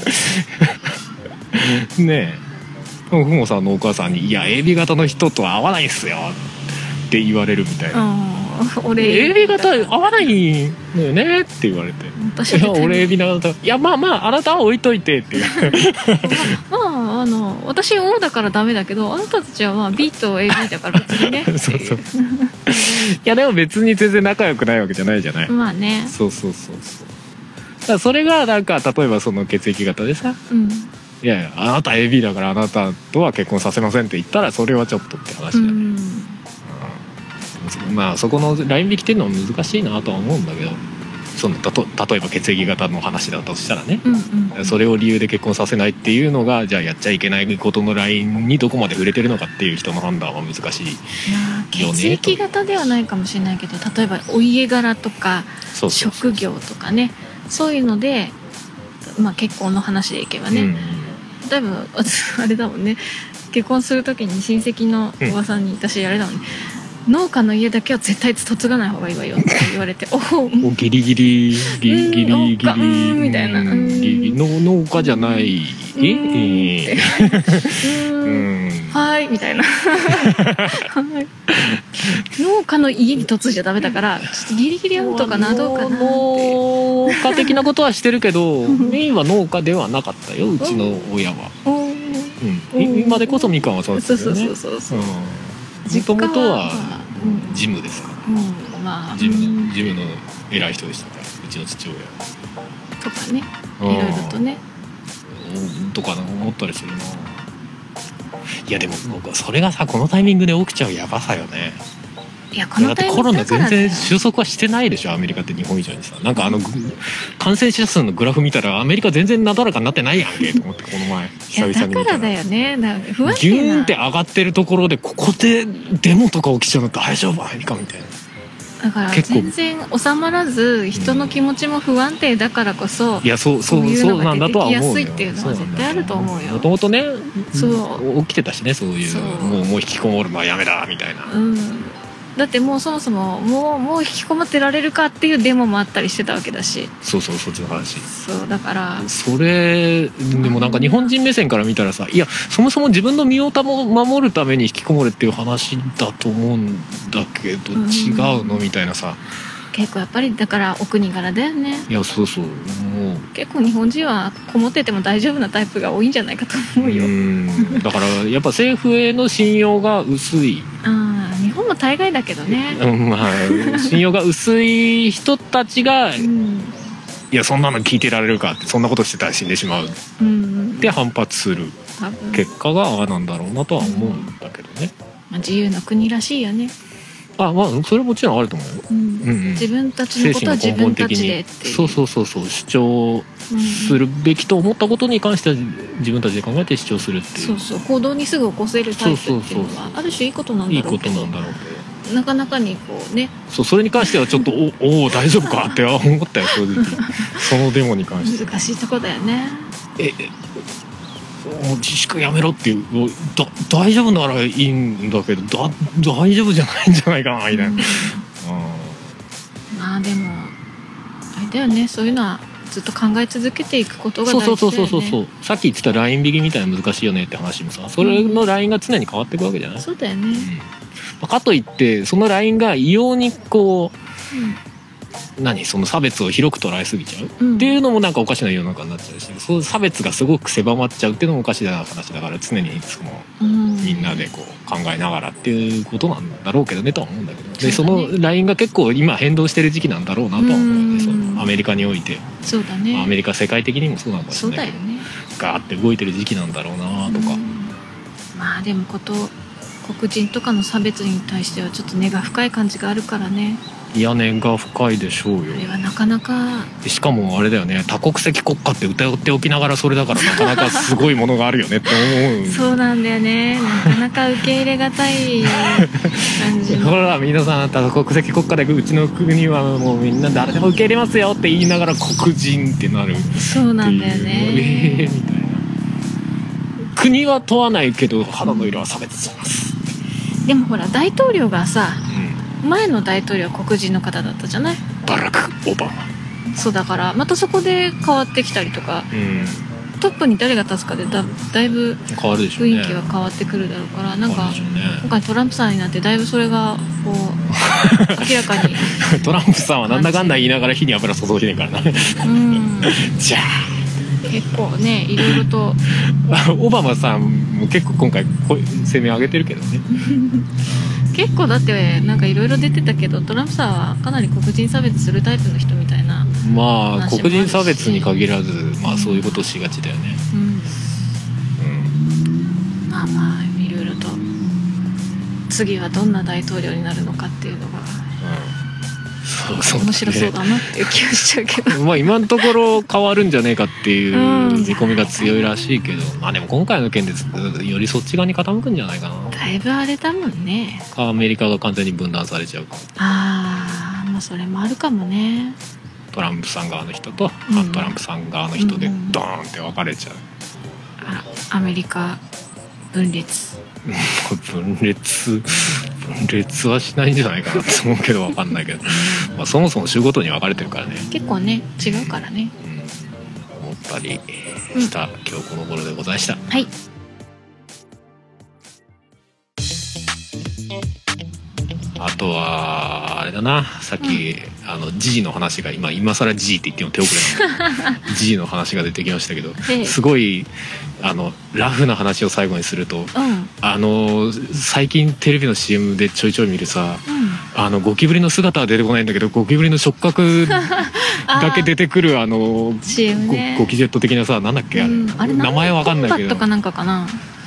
ねえふもさんのお母さんに「いや エービー 型の人とは合わないっすよ」って言われるみたいな。俺 エービー 型合わないのよねって言われて、いや俺 エービー 型いやまあまああなたは置いといてっていうまああの私 O だからダメだけどあなたたちはまあ B と エービー だから別にねそうそういやでも別に全然仲良くないわけじゃないじゃない。 まあねそうそうそうそうだからそれがなんか例えばその血液型でさ、うん、いやいやあなた エービー だからあなたとは結婚させませんって言ったらそれはちょっとって話だね、うんまあそこのライン引きっていうのは難しいなとは思うんだけど、そのたと例えば血液型の話だとしたらね、うんうん、それを理由で結婚させないっていうのがじゃあやっちゃいけないことのラインにどこまで触れてるのかっていう人の判断は難しいよね。 血液型ではないかもしれないけど例えばお家柄とか職業とかねそういうので、まあ、結婚の話でいけばね、うん、例えばあれだもんね結婚する時に親戚のおばさんに私あれだもんね、うん、農家の家だけは絶対嫁がない方がいいわよって言われておおギリギリギリギリギリみたいな農家じゃないえはいみたいな農家の家に嫁いじゃダメだからちょっとギリギリアウトかなどうかなって農家的なことはしてるけどメインは農家ではなかったようちの親は、うん、今でこそみかんはそうですよね。そうそうそうそう、うんもともとはジムですから、うんまあ、ジム、ジムの偉い人でしたからうちの父親とかねいろいろとねとか思ったりするな。 いやでもそれがさこのタイミングで起きちゃうやばさよね。 いやこのタイミングだってコロナ全然収束はしてないでしょアメリカって日本以上にさ。なんかあの感染者数のグラフ見たらアメリカ全然なだらかになってないやんけと思ってこの前久々に見たら。 いやだからだよね。なんか不安ギ定なューンって上がってるところでここでデモとか起きちゃうの大丈夫アメリカみたいな。 だから全然収まらず人の気持ちも不安定だからこそ、 うん、いやそうそうそうなんだとは思うよ。 出てきやすいっていうのは絶対あると思うよ。 もともとねそう起きてたしねそういうもうもう引きこもるのはやめだみたいな、 うん、だってもうそもそももうもう引きこもってられるかっていうデモもあったりしてたわけだし。 そうそうそっちの話。 そうだからそれでもなんか日本人目線から見たらさいやそもそも自分の身を守るために引きこもるっていう話だと思うんだけど違うのみたいなさ。 結構やっぱりだからお国柄だよね。 いやそうそうもう結構日本人はこもってても大丈夫なタイプが多いんじゃないかと思うよ。 うんだからやっぱ政府への信用が薄い。 ああ日本も大概だけどね、 うんまあ、信用が薄い人たちが、うん、いやそんなの聞いてられるかってそんなことしてたら死んでしまうって反発する結果がああなんだろうなとは思うんだけどね、 まあ、自由な国らしいよね。 あまあそれもちろんあると思うよ、うんうんうん、 自分たちのことは自分たちでっていうそうそうそうそう主張するべきと思ったことに関しては自分たちで考えて主張するっていう。 そうそう行動にすぐ起こせるタイプっていうのはある種いいことなんだろうけど、いいことなんだろうけどなかなかにこうねそうそれに関してはちょっとおお大丈夫かって思ったよ正直そのデモに関して難しいとこだよね。 えもう自粛やめろっていうだ大丈夫ならいいんだけどだ大丈夫じゃないんじゃないかなみたいな、うん、 まあでもあれだよねそういうのはずっと考え続けていくことが大事だよね。 そうそうそうそうそうさっき言ってたライン引きみたいな難しいよねって話もさそれのラインが常に変わっていくわけじゃない、 うん、そうだよね、 うん、かといってそのラインが異様にこう、うん何その差別を広く捉えすぎちゃう、うん、っていうのもなんかおかしな世の中になっちゃうしそう差別がすごく狭まっちゃうっていうのもおかしな話だから常にその、うん、みんなでこう考えながらっていうことなんだろうけどねとは思うんだけどでそのラインが結構今変動してる時期なんだろうなとは思うんで、そのアメリカにおいてそうだね、 アメリカ世界的にもそうなんかもしれないけどそうだよねガーって動いてる時期なんだろうなとか、うん、 まあでもこと黒人とかの差別に対してはちょっと根が深い感じがあるからね。 いや根が深いでしょうよ。 あれはなかなかしかもあれだよね多国籍国家って歌っておきながらそれだからなかなかすごいものがあるよねって思うそうなんだよねなかなか受け入れがたい感じのほら皆さん多国籍国家でうちの国はもうみんな誰でも受け入れますよって言いながら黒人ってなるそうなんだよね、 えー、みたいな国は問わないけど肌の色は差別します、 うん、でもほら大統領がさ、うん、前の大統領は黒人の方だったじゃないバラク・オバマそうだからまたそこで変わってきたりとか、うん、トップに誰が立つかで だ, だいぶ雰囲気が変わってくるだろうからなんか、ね、今回トランプさんになってだいぶそれがこう明らかにトランプさんはなんだかんだ言いながら火に油注いでんからなうんじゃあ結構ねいろいろとオバマさんも結構今回声明上げてるけどね結構だってなんかいろいろ出てたけどトランプさんはかなり黒人差別するタイプの人みたいなまあ黒人差別に限らずまあそういうことをしがちだよね、うんうん、まあまあいろいろと次はどんな大統領になるのかっていうのが、うん、そうそう、ね、面白そうだなっていう気がしちゃうけどまあ今のところ変わるんじゃねえかっていう見込みが強いらしいけど、うん、まあでも今回の件でよりそっち側に傾くんじゃないかな。 だいぶあれだもんねアメリカが完全に分断されちゃうかああまあそれもあるかもね。 トランプさん側の人と反トランプさん側の人でドーンって分かれちゃう、 うんうん、あアメリカ分裂分裂分裂はしないんじゃないかなと思うけど分かんないけどまあそもそも州ごとに分かれてるからね結構ね違うからね、 うん、思ったりした、うん、今日この頃でございました。 はいあとはあれだなさっき、うん、あのジジの話が今今更ジジって言っても手遅れなジジの話が出てきましたけど、すごいあのラフな話を最後にすると、うん、あの最近テレビの シーエム でちょいちょい見るさ、うん、あのゴキブリの姿は出てこないんだけどゴキブリの触覚だけ出てくるあのシーエム ね、 ゴキジェット的なさなんだっけあれ、うん、あれ名前わかんないけどコンパットかなんかかな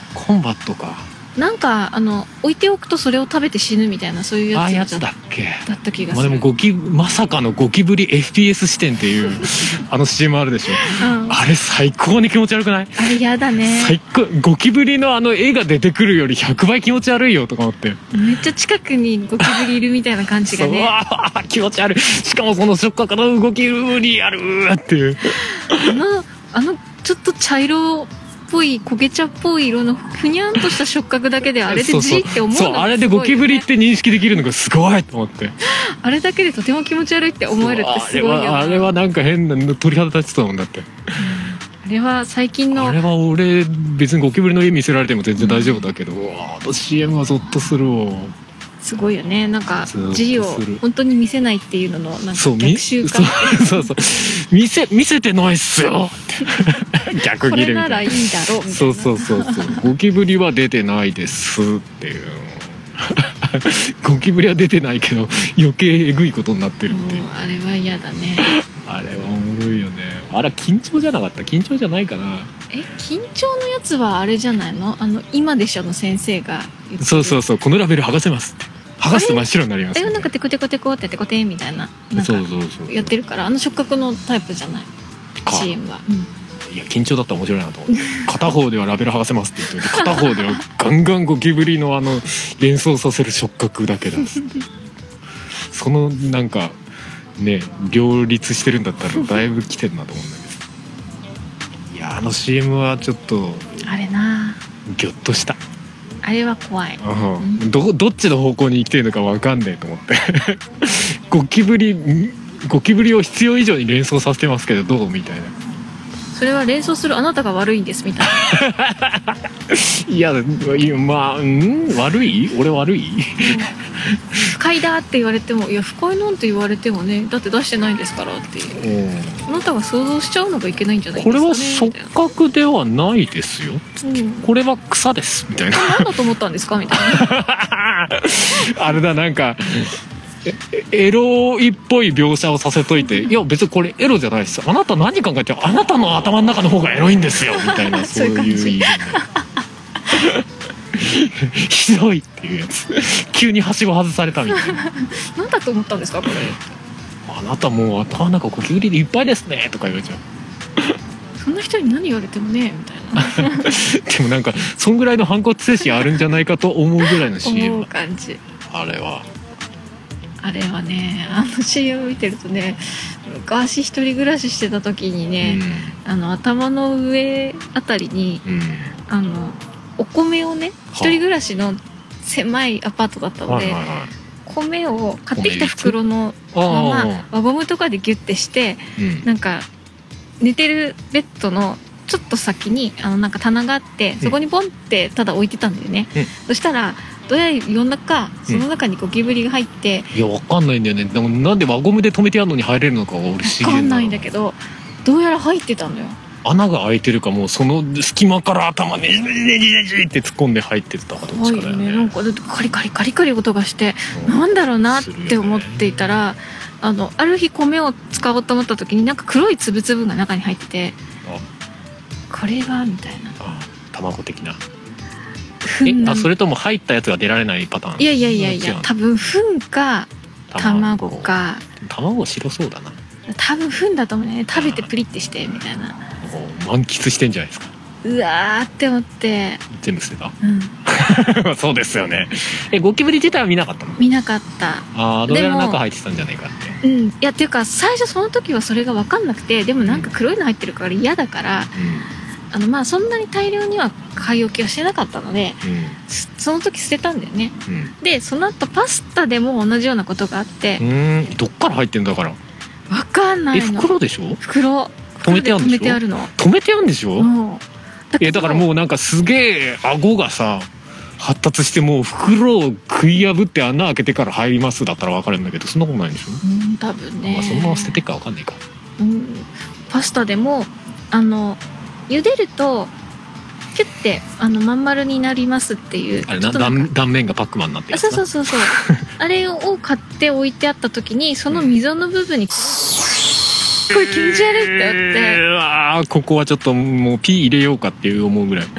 コンバットか。 なんかあの置いておくとそれを食べて死ぬみたいな、そういうやつあやつだっけだった気がする。 まあ、でもゴキまさかのゴキブリ エフピーエス 視点っていうあの シーエム あるでしょ、うん、あれ最高に気持ち悪くない？ あれやだね。 最高。ゴキブリのあの絵が出てくるよりひゃくばい気持ち悪いよとか思って、 めっちゃ近くにゴキブリいるみたいな感じがね。 うわ気持ち悪い。しかもその触覚のゴキブリやるっていうあのあのちょっと茶色っぽい焦げ茶っぽい色のふにゃんとした触覚だけであれでジーって思うのがすごいよね。 そうあれでゴキブリって認識できるのがすごいと思って、 あれだけでとても気持ち悪いって思えるってすごいよな。 あれはあれはなんか変な鳥肌立ってたもんだって、うん、 あれは最近のあれは俺別にゴキブリの絵見せられても全然大丈夫だけど、うん、あの シーエム はゾッとするわ。 すごいよね。なんか G を本当に見せないっていうののなんか逆習慣。 そうそうそう見せ見せてないっすよ逆切れみたいな。これならいいだろみたいな。 そうそうそうそうゴキブリは出てないですっていうゴキブリは出てないけど余計えぐいことになってるっていう。 あれは嫌だね。 あれはおもろいよね。あれ緊張じゃなかった？緊張じゃないかな。 え緊張のやつはあれじゃないの？あの今でしょの先生が言ってる。 そうそうそう、このラベル剥がせますって剥がすと真っ白になります、 ね、えなんかテコテコテコってテコテンみたいななんかやってるから、あの触覚のタイプじゃない シーエム は、 うん、いや緊張だったら面白いなと思って片方ではラベル剥がせますって言って片方ではガンガンゴキブリのあの連想させる触覚だけだそのなんかね両立してるんだったらだいぶ来てるなと思うんだけどいやあの シーエム はちょっとあれなギョッとした。 あれは怖い、 うん、ど, どっちの方向に生きてるのか分かんねえと思ってゴキブリゴキブリを必要以上に連想させてますけどどうみたいな。 それは連想するあなたが悪いんですみたいないやまあん悪い俺悪い不快だって言われてもいや不快なんて言われてもねだって出してないんですからっていうあなたが想像しちゃうのがいけないんじゃないですかね。 これは触覚ではないですよ、うん、これは草ですみたいな何だと思ったんですかみたいなあれだなんかエロいっぽい描写をさせといていや別にこれエロじゃないですあなた何考えてあなたの頭の中の方がエロいんですよみたいなそういう言い分ひどいっていうやつ急にはしご外されたみたいな何だと思ったんですかこれあなたもう頭の中ゴキブリでいっぱいですねとか言われちゃうそんな人に何言われてもねみたいなでもなんかそんぐらいの反骨精神あるんじゃないかと思うぐらいの シーエム思う感じ。 あれはあれはねあの シーエム 見てるとね昔一人暮らししてた時にね、うん、あの頭の上あたりに、うん、あのお米をね一人暮らしの狭いアパートだったので、はいはいはい、米を買ってきた袋のまま輪ゴムとかでギュッてして、うん、なんか寝てるベッドのちょっと先にあのなんか棚があってそこにボンってただ置いてたんだよね、うん、そしたらどうやら夜中その中にゴキブリが入って、 うん、いやわかんないんだよね。でもなんで輪ゴムで止めてやるのに入れるのかが俺不思議な。 わかんないんだけどどうやら入ってたんだよ。 穴が開いてるかもうその隙間から頭ねじねじねじねじって突っ込んで入ってたかどっちかだよね。 ねなんかカリカリカリカリ音がして、うん、なんだろうなって思っていたら、ね、あのある日米を使おうと思った時になんか黒いつぶつぶが中に入っててこれはみたいなあ卵的なえあそれとも入ったやつが出られないパターン。 いやいやいやいや多分糞か卵か卵白そうだな多分糞だと思うね。食べてプリってしてみたいな満喫してんじゃないですか。 うわーって思って全部捨てた、うん、そうですよね。えゴキブリ自体は見なかったの？ 見なかった。 ああどうやら中入ってたんじゃないかって。 うんいやっていうか最初その時はそれが分かんなくてでもなんか黒いの入ってるから嫌だから、うん、あのまあそんなに大量には買い置きはしてなかったので、うん、その時捨てたんだよね、うん、でその後パスタでも同じようなことがあってうんどっから入ってんだから分かんないの。 え袋でしょ？ 袋止めてあるんでしょ？ 止めてあるの。 止めてあるんでしょ？うんだ, だからもうなんかすげえ顎がさ発達してもう袋を食い破って穴開けてから入りますだったら分かるんだけどそんなことないんでしょ？ うん多分ね、 まあ、そのまま捨ててっか分かんないか、 うん、パスタでもあの茹でるとキュッてあのまん丸になりますっていうあれな断, 断面がパックマンになってるそうそうそうそうあれを買って置いてあった時にその溝の部分に、うんこれ気持ち悪いって思って、 えー、あここはちょっともうピー入れようかっていう思うぐらい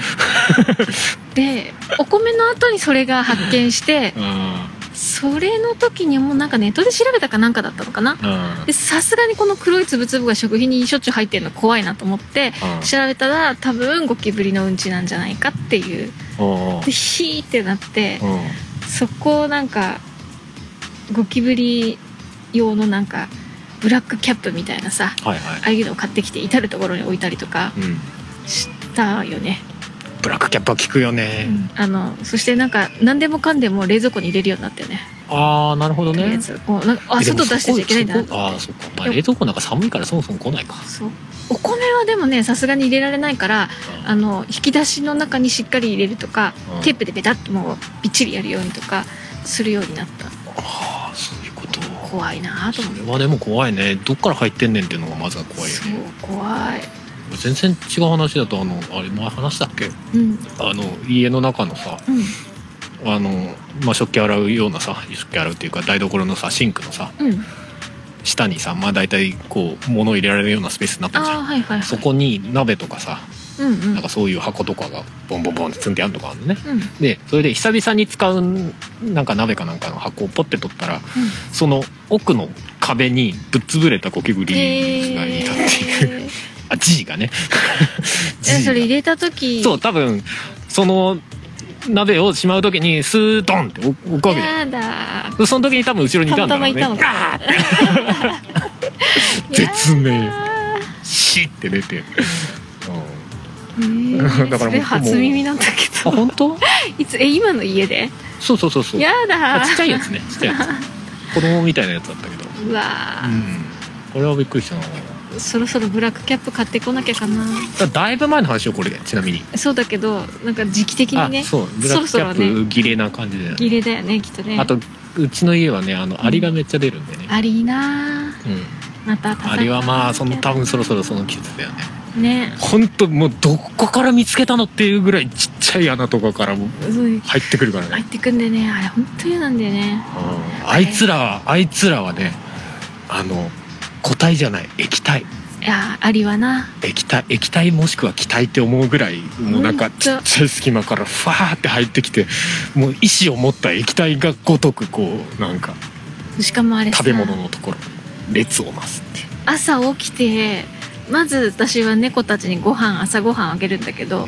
でお米の後にそれが発見してそれの時にもうなんかネットで調べたかなんかだったのかな。でさすがにこの黒いつぶつぶが食品にしょっちゅう入ってるの怖いなと思って調べたら多分ゴキブリのうんちなんじゃないかっていうでヒーってなってそこをなんかゴキブリ用のなんかブラックキャップみたいなさ、はいはい、ああいうのを買ってきて至る所に置いたりとかしたよね、 うん、ブラックキャップは効くよね、 うん、あのそしてなんか何でもかんでも冷蔵庫に入れるようになったよね。 ああなるほどね。 こうなんかあ外出してちゃいけないんだなと思って。ああそっか、まあ、冷蔵庫なんか寒いからそもそも来ないか。 そうお米はでもねさすがに入れられないから、うん、あの引き出しの中にしっかり入れるとか、うん、テープでベタッともうびっちりやるようにとかするようになった。 ああそういうこと怖いなと思って。 それはでも怖いね。どっから入ってんねんっていうのがまずは怖いよね。 そう怖い。 全然違う話だとあのあれ前話したっけ、うん、あの家の中のさ、うん、あの、まあ、食器洗うようなさ食器洗うっていうか台所のさシンクのさ、うん、下にさまあ大体こう物を入れられるようなスペースになったじゃん、はいはいはい、そこに鍋とかさ、うんうん、なんかそういう箱とかがボンボンボンって積んであるとかあるのね、うん、でそれで久々に使うなんか鍋かなんかの箱をポッて取ったら、うん、その奥の壁にぶっ潰れたゴキブリがいたっていう、えーあ G がね G がそれ入れた時そう多分その鍋をしまう時にスードンって置くわけじゃん。やだその時に多分後ろにいたんだろうね。たまたまいたの絶命シッて出て、 うん、だからそれ初耳なんだけど。 あ本当いつえ今の家でそうそうそうそうやだちっちゃいやつねちっちゃいやつ子供みたいなやつだったけどうわー、うん、 これはびっくりしたな。 そろそろブラックキャップ買ってこなきゃかな。 だいぶ前の話よこれちなみに。 そうだけどなんか時期的にねそうブラックキャップ切れな感じで、ね、 切れだよねきっとね。 あとうちの家はねあのアリがめっちゃ出るんでね、 うん、アリな、うん、またアリはまあその多分そろそろその季節だよね。 ねほんともうどこから見つけたのっていうぐらいちっちゃい穴とかからも入ってくるからね。 入ってくんでねあれ本当嫌なんだよね、 うん、あいつらはあいつらはねあの固体じゃない液体。 いやアリはな液体液体もしくは気体って思うぐらいもうなんかちっちゃい隙間からファーって入ってきてもう意志を持った液体がごとくこうなんかしかもあれ食べ物のところ列をなすって朝起きてまず私は猫たちにご飯朝ご飯あげるんだけど、うん、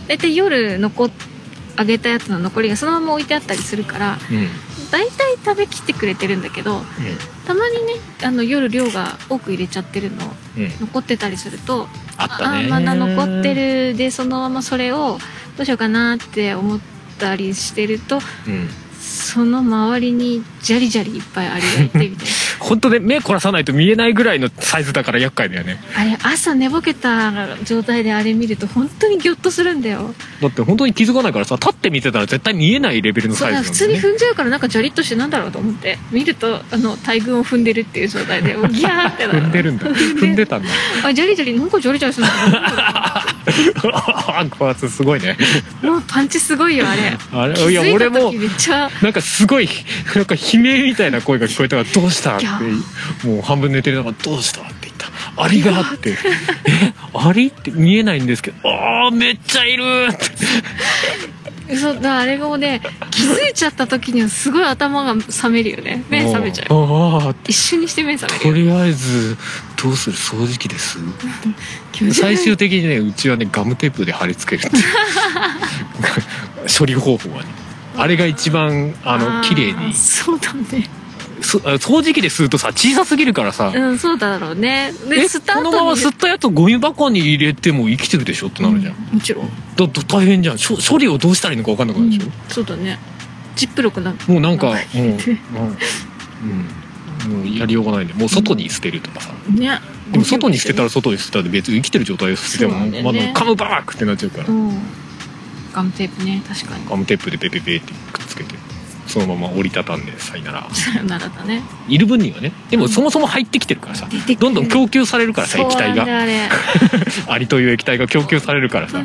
大体夜残っあげたやつの残りがそのまま置いてあったりするから、うん、大体食べきってくれてるんだけど、うん、たまにねあの夜量が多く入れちゃってるの、うん、残ってたりするとあったねあまだ残ってるでそのままそれをどうしようかなって思ったりしてると、うん、その周りにジャリジャリいっぱいアリがいてみたいな本当ね目凝らさないと見えないぐらいのサイズだから厄介だよね。 あれ朝寝ぼけた状態であれ見ると本当にギョッとするんだよ。 だって本当に気づかないからさ立って見てたら絶対見えないレベルのサイズなんだよね。 普通に踏んじゃうからなんかジャリッとしてなんだろうと思って見るとあの大群を踏んでるっていう状態でギャーってなる踏んでるんだ踏んでたんだあジャリジャリなんかジャリジャリするんだこいつすごいねもうパンチすごいよあれ。 あれいや俺もなんかすごいなんか悲鳴みたいな声が聞こえたからどうしたってもう半分寝てる中どうしたって言ったアリがってえアリって見えないんですけどあーめっちゃいるってそうだあれもね気づいちゃった時にはすごい頭が覚めるよね。目覚めちゃうあ一瞬にして目覚めるとりあえずどうする掃除機です最終的にねうちはねガムテープで貼り付けるって処理方法はねあれが一番あの綺麗にそうだね掃除機で吸うとさ小さすぎるからさ、 うん、そうだろうね。で吸った後にこのまま吸ったやつをゴミ箱に入れても生きてるでしょってなるじゃん、うん、 もちろんだと大変じゃん。処理をどうしたらいいのか分かんなくなるでしょ、うん、 そうだね。ジップロックなんもうなんかもう、うん、もうやりようがないんでもう外に捨てるとかさ、 うん、ねでも外に捨てたら外に捨てたら別に生きてる状態で捨てても、ね、まだカムバークってなっちゃうから、うん、 ガムテープね確かにガムテープでペペペってくっつけてそのまま折りたたんでさよならさよならだね。 いる分にはね。でもそもそも入ってきてるからさ、うん、どんどん供給されるからさ液体がアリという液体が供給されるからさ、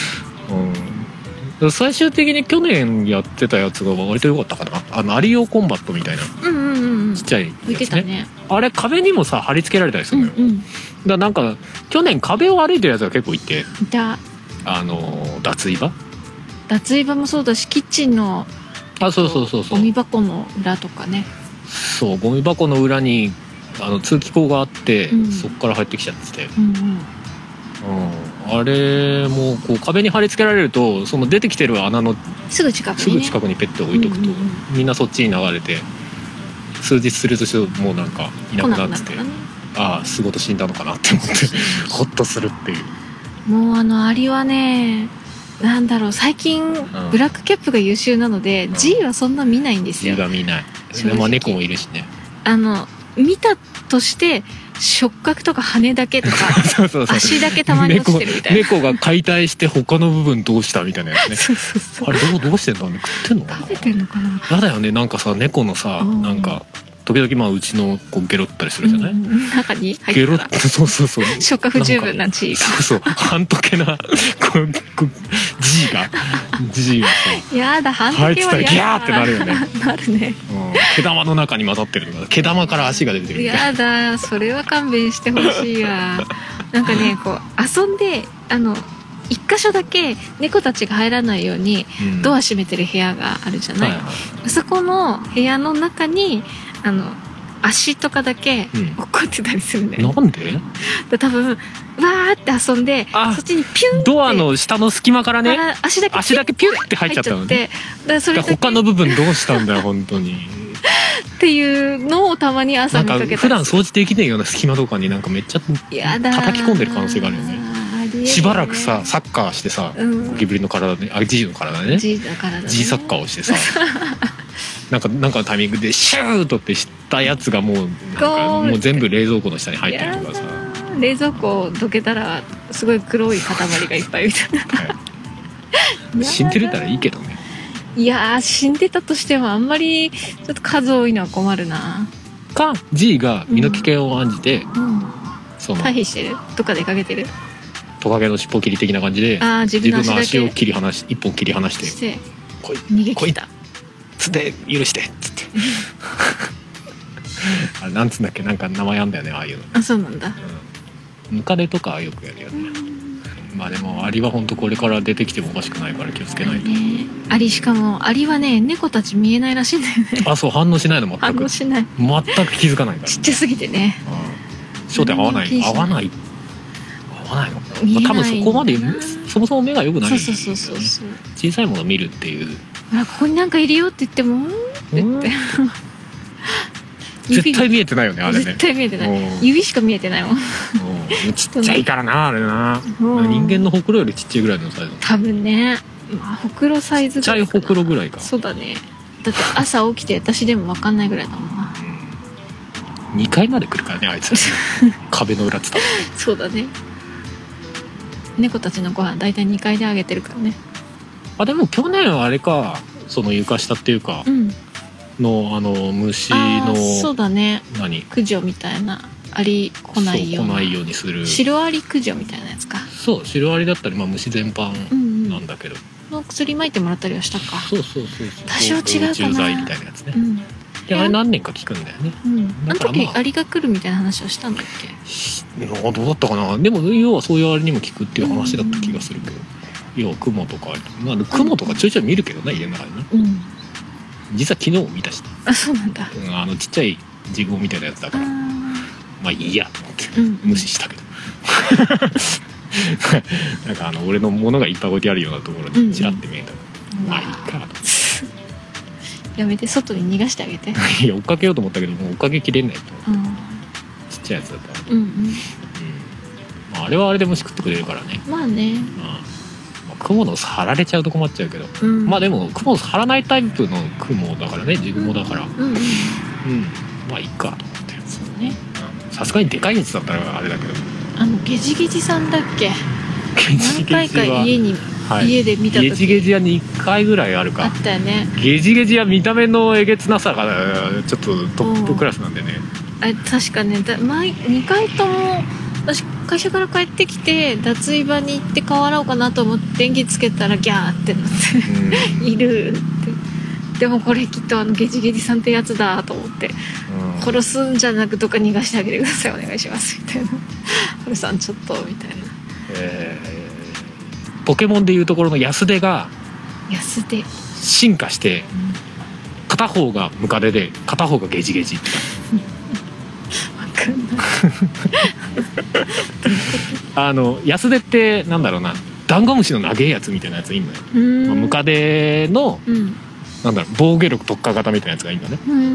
うん、最終的に去年やってたやつが割と良かったかな。あのアリ用コンバットみたいな、うんうんうん、ちっちゃいやつね。ねあれ壁にもさ貼り付けられたりするのよ、うんうん、だからなんか去年壁を歩いてるやつが結構いていた。あの脱衣場脱衣場もそうだし、キッチンのあそうそうそうそうゴミ箱の裏とかね。 そうゴミ箱の裏にあの通気口があって、うん、そこから入ってきちゃってて、うんうんうん、あれもこう壁に貼り付けられるとその出てきてる穴のすぐ近くに、ね、 すぐ近くにペット置いとくと、うんうんうん、みんなそっちに流れて数日するともうなんかいなくなってて、ね、ああ仕事死んだのかなって思ってホッとするっていう。 もうあのアリはね、なんだろう、最近、うん、ブラックキャップが優秀なので、うん、G はそんな見ないんですよ。 G が見ない。まあ猫もいるしね。 あの見たとして触覚とか羽だけとかそうそうそう足だけたまに落ちてるみたいな。 猫, 猫が解体して他の部分どうしたみたいなやつね。そうそうそう、あれどうどうしてんだろうね。食ってんのかな。 食べてんのかな。 やだよね。なんかさ猫のさなんか時々まあうちのこうゲロったりするじゃない、うん、 中に入ったらゲロってそうそうそう消化不十分な G がそうそう半溶けなこう G が G がさやだ半溶けはやだ入ってたらギャーってなるよねなるね、 うん、毛玉の中に混ざってるとか毛玉から足が出てるみたいな。 やだそれは勘弁してほしいわなんかねこう遊んであの一箇所だけ猫たちが入らないようにドア閉めてる部屋があるじゃない、うんはいはい、そこの部屋の中にあの足とかだけ落っこってたりするんだよね、 うん、なんでだ多分わーって遊んでそっちにピュンってドアの下の隙間からね足だけ足だけピュンって入っちゃったのね。 だそれだけ他の部分どうしたんだよ本当にっていうのをたまに朝見かけたりする。 普段掃除できないような隙間とかになんかめっちゃ叩き込んでる可能性があるよね。しばらくさサッカーしてさ、うん、ゴキブリの体であ G の体でね G の体でね G サッカーをしてさなんかなんかのタイミングでシュートってしたやつがもうなんかもう全部冷蔵庫の下に入ってるとかさ。 冷蔵庫どけたらすごい黒い塊がいっぱいみたいな、はい、 死んでるたらいいけどね。 いや死んでたとしてもあんまりちょっと数多いのは困るな。 か G が身の危険を案じて、うんうん、その退避してるとか出かけてるトカゲの尻尾切り的な感じであ自分の足だけ自分の足を切り離し一本切り離してして来い逃げ切ったつって許してっつってあれなんつうんだっけなんか名前あんだよねああいうの。 あそうなんだ、 うん、ムカデとかよくやるよね。まあでもアリは本当これから出てきてもおかしくないから気をつけないと、ね、 アリしかもアリはね猫たち見えないらしいんだよね。 あそう反応しないの全く反応しない全く気づかないから、ね、 ちっちゃすぎてね、 うん、焦点合わない合わない合わないの、まあ、多分そこまでそもそも目が良くないんですよね。そうそうそうそう小さいものを見るっていうあここになんかいるよって言ってもうんって言って絶対見えてないよねあれね。 絶対見えてない指しか見えてないもんちっちゃいからなあれな人間のほくろよりちっちゃいぐらいのサイズ多分ね、まあ、ほくろサイズぐらいかな。ちっちゃいほくろぐらいか。 そうだねだって朝起きて私でも分かんないぐらいだもんな、 うん、にかいまで来るからねあいつ壁の裏つったそうだね猫たちのご飯だいたいにかいであげてるからね。 あでも去年はあれかその床下っていうか、うん、のあの虫のそうだね何駆除みたいなアリ来ないような, 来ないようにするシロアリ駆除みたいなやつか。 そうシロアリだったり、まあ、虫全般なんだけど、 うんうん、の薬撒いてもらったりはしたか。 そうそうそうそう多少違うかな虫剤みたいなやつね、うん、であれ何年か効くんだよね、 うん、あの時アリが来るみたいな話をしたんだっけ。どうだったかな。でも要はそういうアリにも効くっていう話だった気がするけど、うん、要はクモとかまあクモとかちょいちょい見るけどね家の中にね、うん、実は昨日見たし、 あそうなんだ、 うん、あのちっちゃいジグオみたいなやつだからまあいいやと思って、うん、無視したけどなんかあの俺のものがいっぱい置いてあるようなところにチラって見えたら、うんうん、まあいいかとやめて外に逃がしてあげていや追っかけようと思ったけどもう追っかけきれないと、うん、ちっちゃいやつだったら、うんうんうんまあ、あれはあれで虫食ってくれるからね。 まあね、うんまあ、クモの巣張られちゃうと困っちゃうけど、うん、まあでもクモの巣張らないタイプのクモだからねジグモだから、うんうんうん、まあいいかと思って。そうねさすがにでかいやつだったらあれだけどあのゲジゲジさんだっけ何回か家にはい、家で見た時ゲジゲジ屋にいっかいぐらいあるかあったよね。 ゲジゲジ屋見た目のえげつなさがちょっとトップクラスなんでね。 あれ確かねだ前にかいとも私会社から帰ってきて脱衣場に行って顔洗おうかなと思って電気つけたらギャーってなっているってでもこれきっとあのゲジゲジさんってやつだと思って、うん、殺すんじゃなくどっか逃がしてあげてくださいお願いしますみたいなこれさんちょっとみたいな、 えーポケモンでいうところの安手が安手進化して、うん片方がムカデで片方がゲジゲジって分かんないあの安手ってなんだろうなダンゴムシの長えやつみたいなやついんのよ、まあ、ムカデの、うん、なんだろう防御力特化型みたいなやつがいいんだねうん、うん、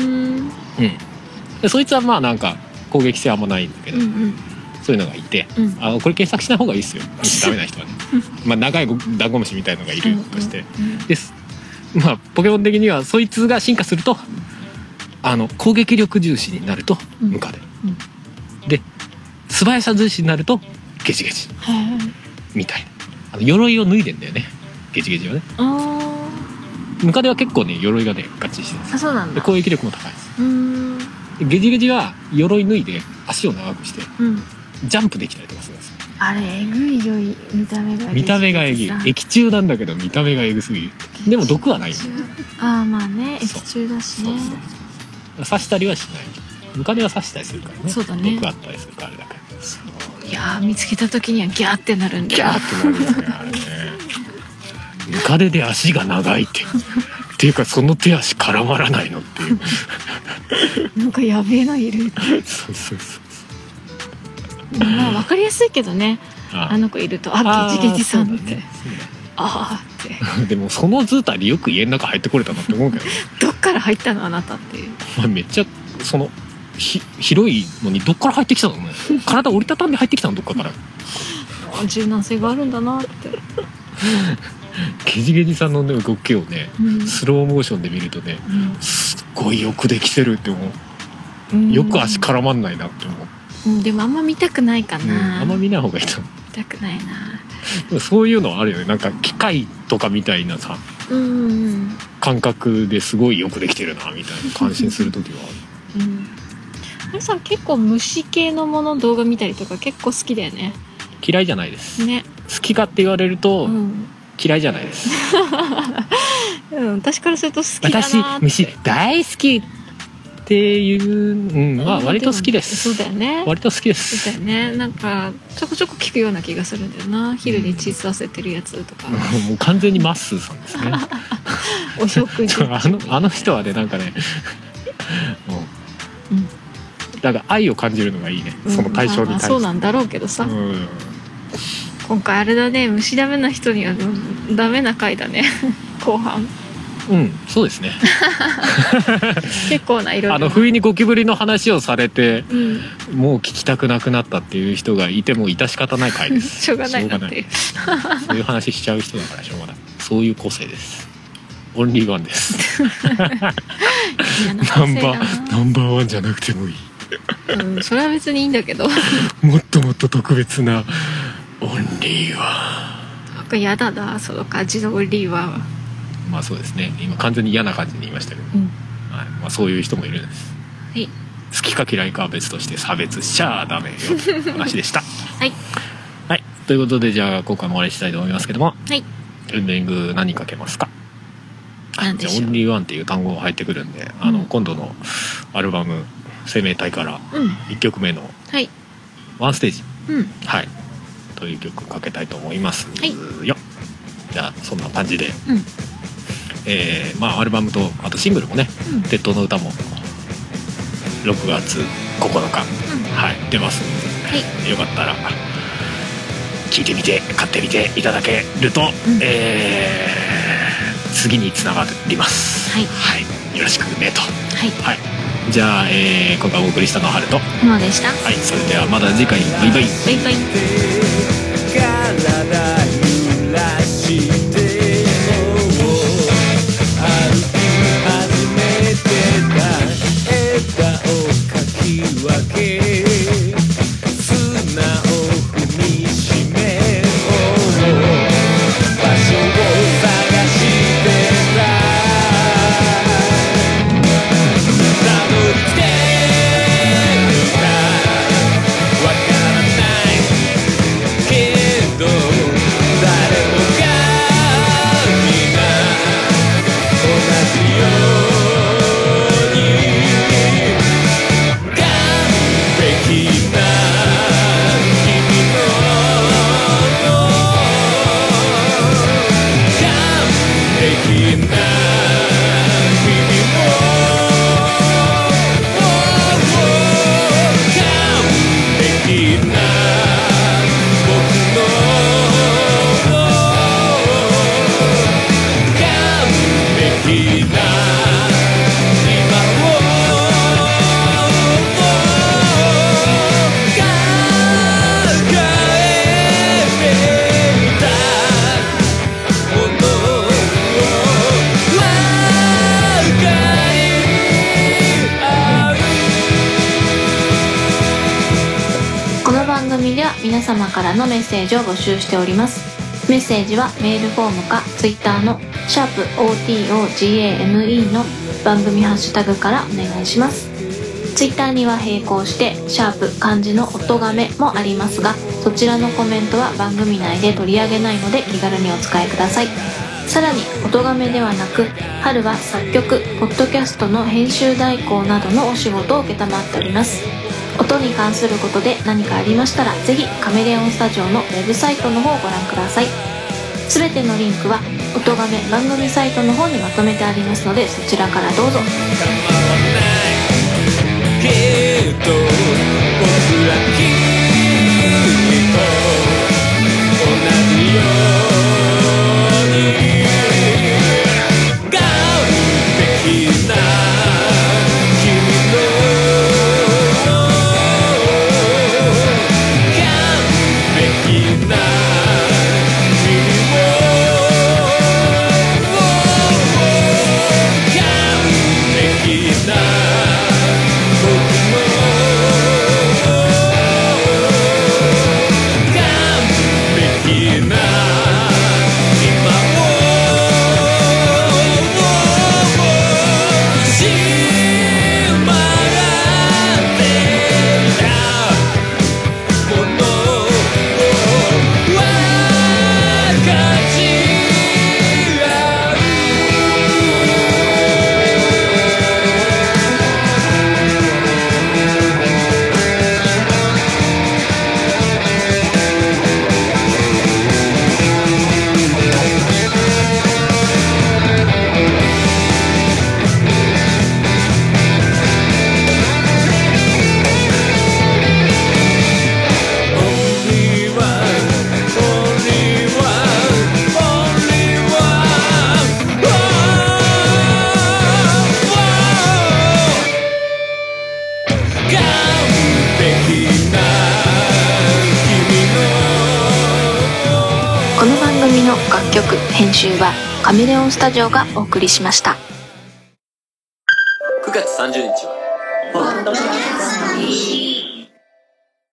でそいつはまあなんか攻撃性あんまないんだけど、うんうん、そういうのがいて、うん、あこれ検索しない方がいいですよダメな人はねまあ長いダンゴムシみたいのがいるとして、うんうんうん、ですまあ、ポケモン的にはそいつが進化するとあの攻撃力重視になるとムカデ、うんうん、で素早さ重視になるとゲジゲジみたいなあの鎧を脱いでんだよねゲジゲジはねあムカデは結構ね鎧がねガッチリしてるんですあそうなんだで攻撃力も高いですうーんでゲジゲジは鎧脱いで足を長くして、うん、ジャンプできたりとかするんですよあれえぐいよ見た目が見た目がえぐい液中なんだけど見た目がえぐすぎるでも毒はないああまあね液中だしねそうそうそう刺したりはしないムカデは刺したりするからねそうだね毒あったりするからあれだからそういや見つけた時にはギャーってなるんだよギャーってなるんですねあれねムカデで足が長いってっていうかその手足絡まらないのっていうなんかやべえのいるそうそうそうまあ分かりやすいけどね あ, あの子いるとあゲジゲジさんって、ね、ああってでもその図体でよく家の中入ってこれたなって思うけどどっから入ったのあなたっていう、 まあ、めっちゃそのひ広いのにどっから入ってきたのね体折りたたんで入ってきたのどっかから柔軟性があるんだなってゲジゲジさんの、ね、動きをね、うん、スローモーションで見るとね、うん、すっごいよくできてるって思う、うん、よく足絡まんないなって思ううん、でもあんま見たくないかな、うん、 あんま見ない方がいいと思う見たくないなでもそういうのはあるよねなんか機械とかみたいなさ、うんうん、感覚ですごいよくできてるなみたいな感心する時はある、うん、 あれさん結構虫系のもの動画見たりとか結構好きだよね嫌いじゃないです、 ね、 好きかって言われると、うん、嫌いじゃないです、 うん、私からすると好きだなって私虫大好きっていう、うん、まあ割と好きです。 そうだよね。 割と好きです。 そうだよね。なんかちょこちょこ聞くような気がするんだよな。昼にチーズ合わせてるやつとか。 もう完全にマッスーさんですね。 お食事。 あのあの人はねなんかね、うん。だから愛を感じるのがいいね。その対象に対して。 そうなんだろうけどさ。うん、今回あれだね。虫ダメな人にはダメな回だね。後半。 うん、そうですね結構ないろいろあの不意にゴキブリの話をされて、うん、もう聞きたくなくなったっていう人がいても致し方ない回ですしょうがないなっていうそういう話しちゃう人だからしょうがないそういう個性ですオンリーワンですナンバーナンバーワンじゃなくてもいい、 うん、それは別にいいんだけどもっともっと特別なオンリーワンなんかやだなその感じのオンリーワンはまあそうですね今完全に嫌な感じに言いましたけど、うんはいまあ、そういう人もいるんです、はい、好きか嫌いかは別として差別しちゃダメよという話でしたはい、 はい、ということでじゃあ今回も終わりしたいと思いますけども、 はい、 エンディング何かけますか何でしょうじゃあオンリーワンっていう単語が入ってくるんで、うん、あの今度のアルバム生命体からいっきょくめのワンステージ、うんはい、という曲かけたいと思いますよ、はい、じゃあそんな感じで、うんえーまあ、アルバムとあとシングルもね「うん、鉄塔の歌」もろくがつここのか、うんはい、出ますので、はい、よかったら聴いてみて買ってみていただけると、うんえー、次につながります、はいはい、よろしくねと、はいはい、じゃあ、えー、今回お送りしたのはハルとモでした、 はい、それではまた次回バイバイバイバイ様からのメッセージを募集しております。メッセージはメールフォームか Twitter のシャープ オーティーオージェーエムイー の番組ハッシュタグからお願いします。Twitter には並行してシャープ漢字の音がめもありますが、そちらのコメントは番組内で取り上げないので気軽にお使いください。さらに音がめではなく、春は作曲、ポッドキャストの編集代行などのお仕事を承っております。音に関することで何かありましたら、ぜひカメレオンスタジオのウェブサイトの方をご覧ください。すべてのリンクは音がめ番組サイトの方にまとめてありますので、そちらからどうぞ。けど僕ら君と同じように完璧な君の完璧な君も完璧な楽曲編集はカメレオンスタジオがお送りしました。 くがつさんじゅうにちはポッドキャストの日。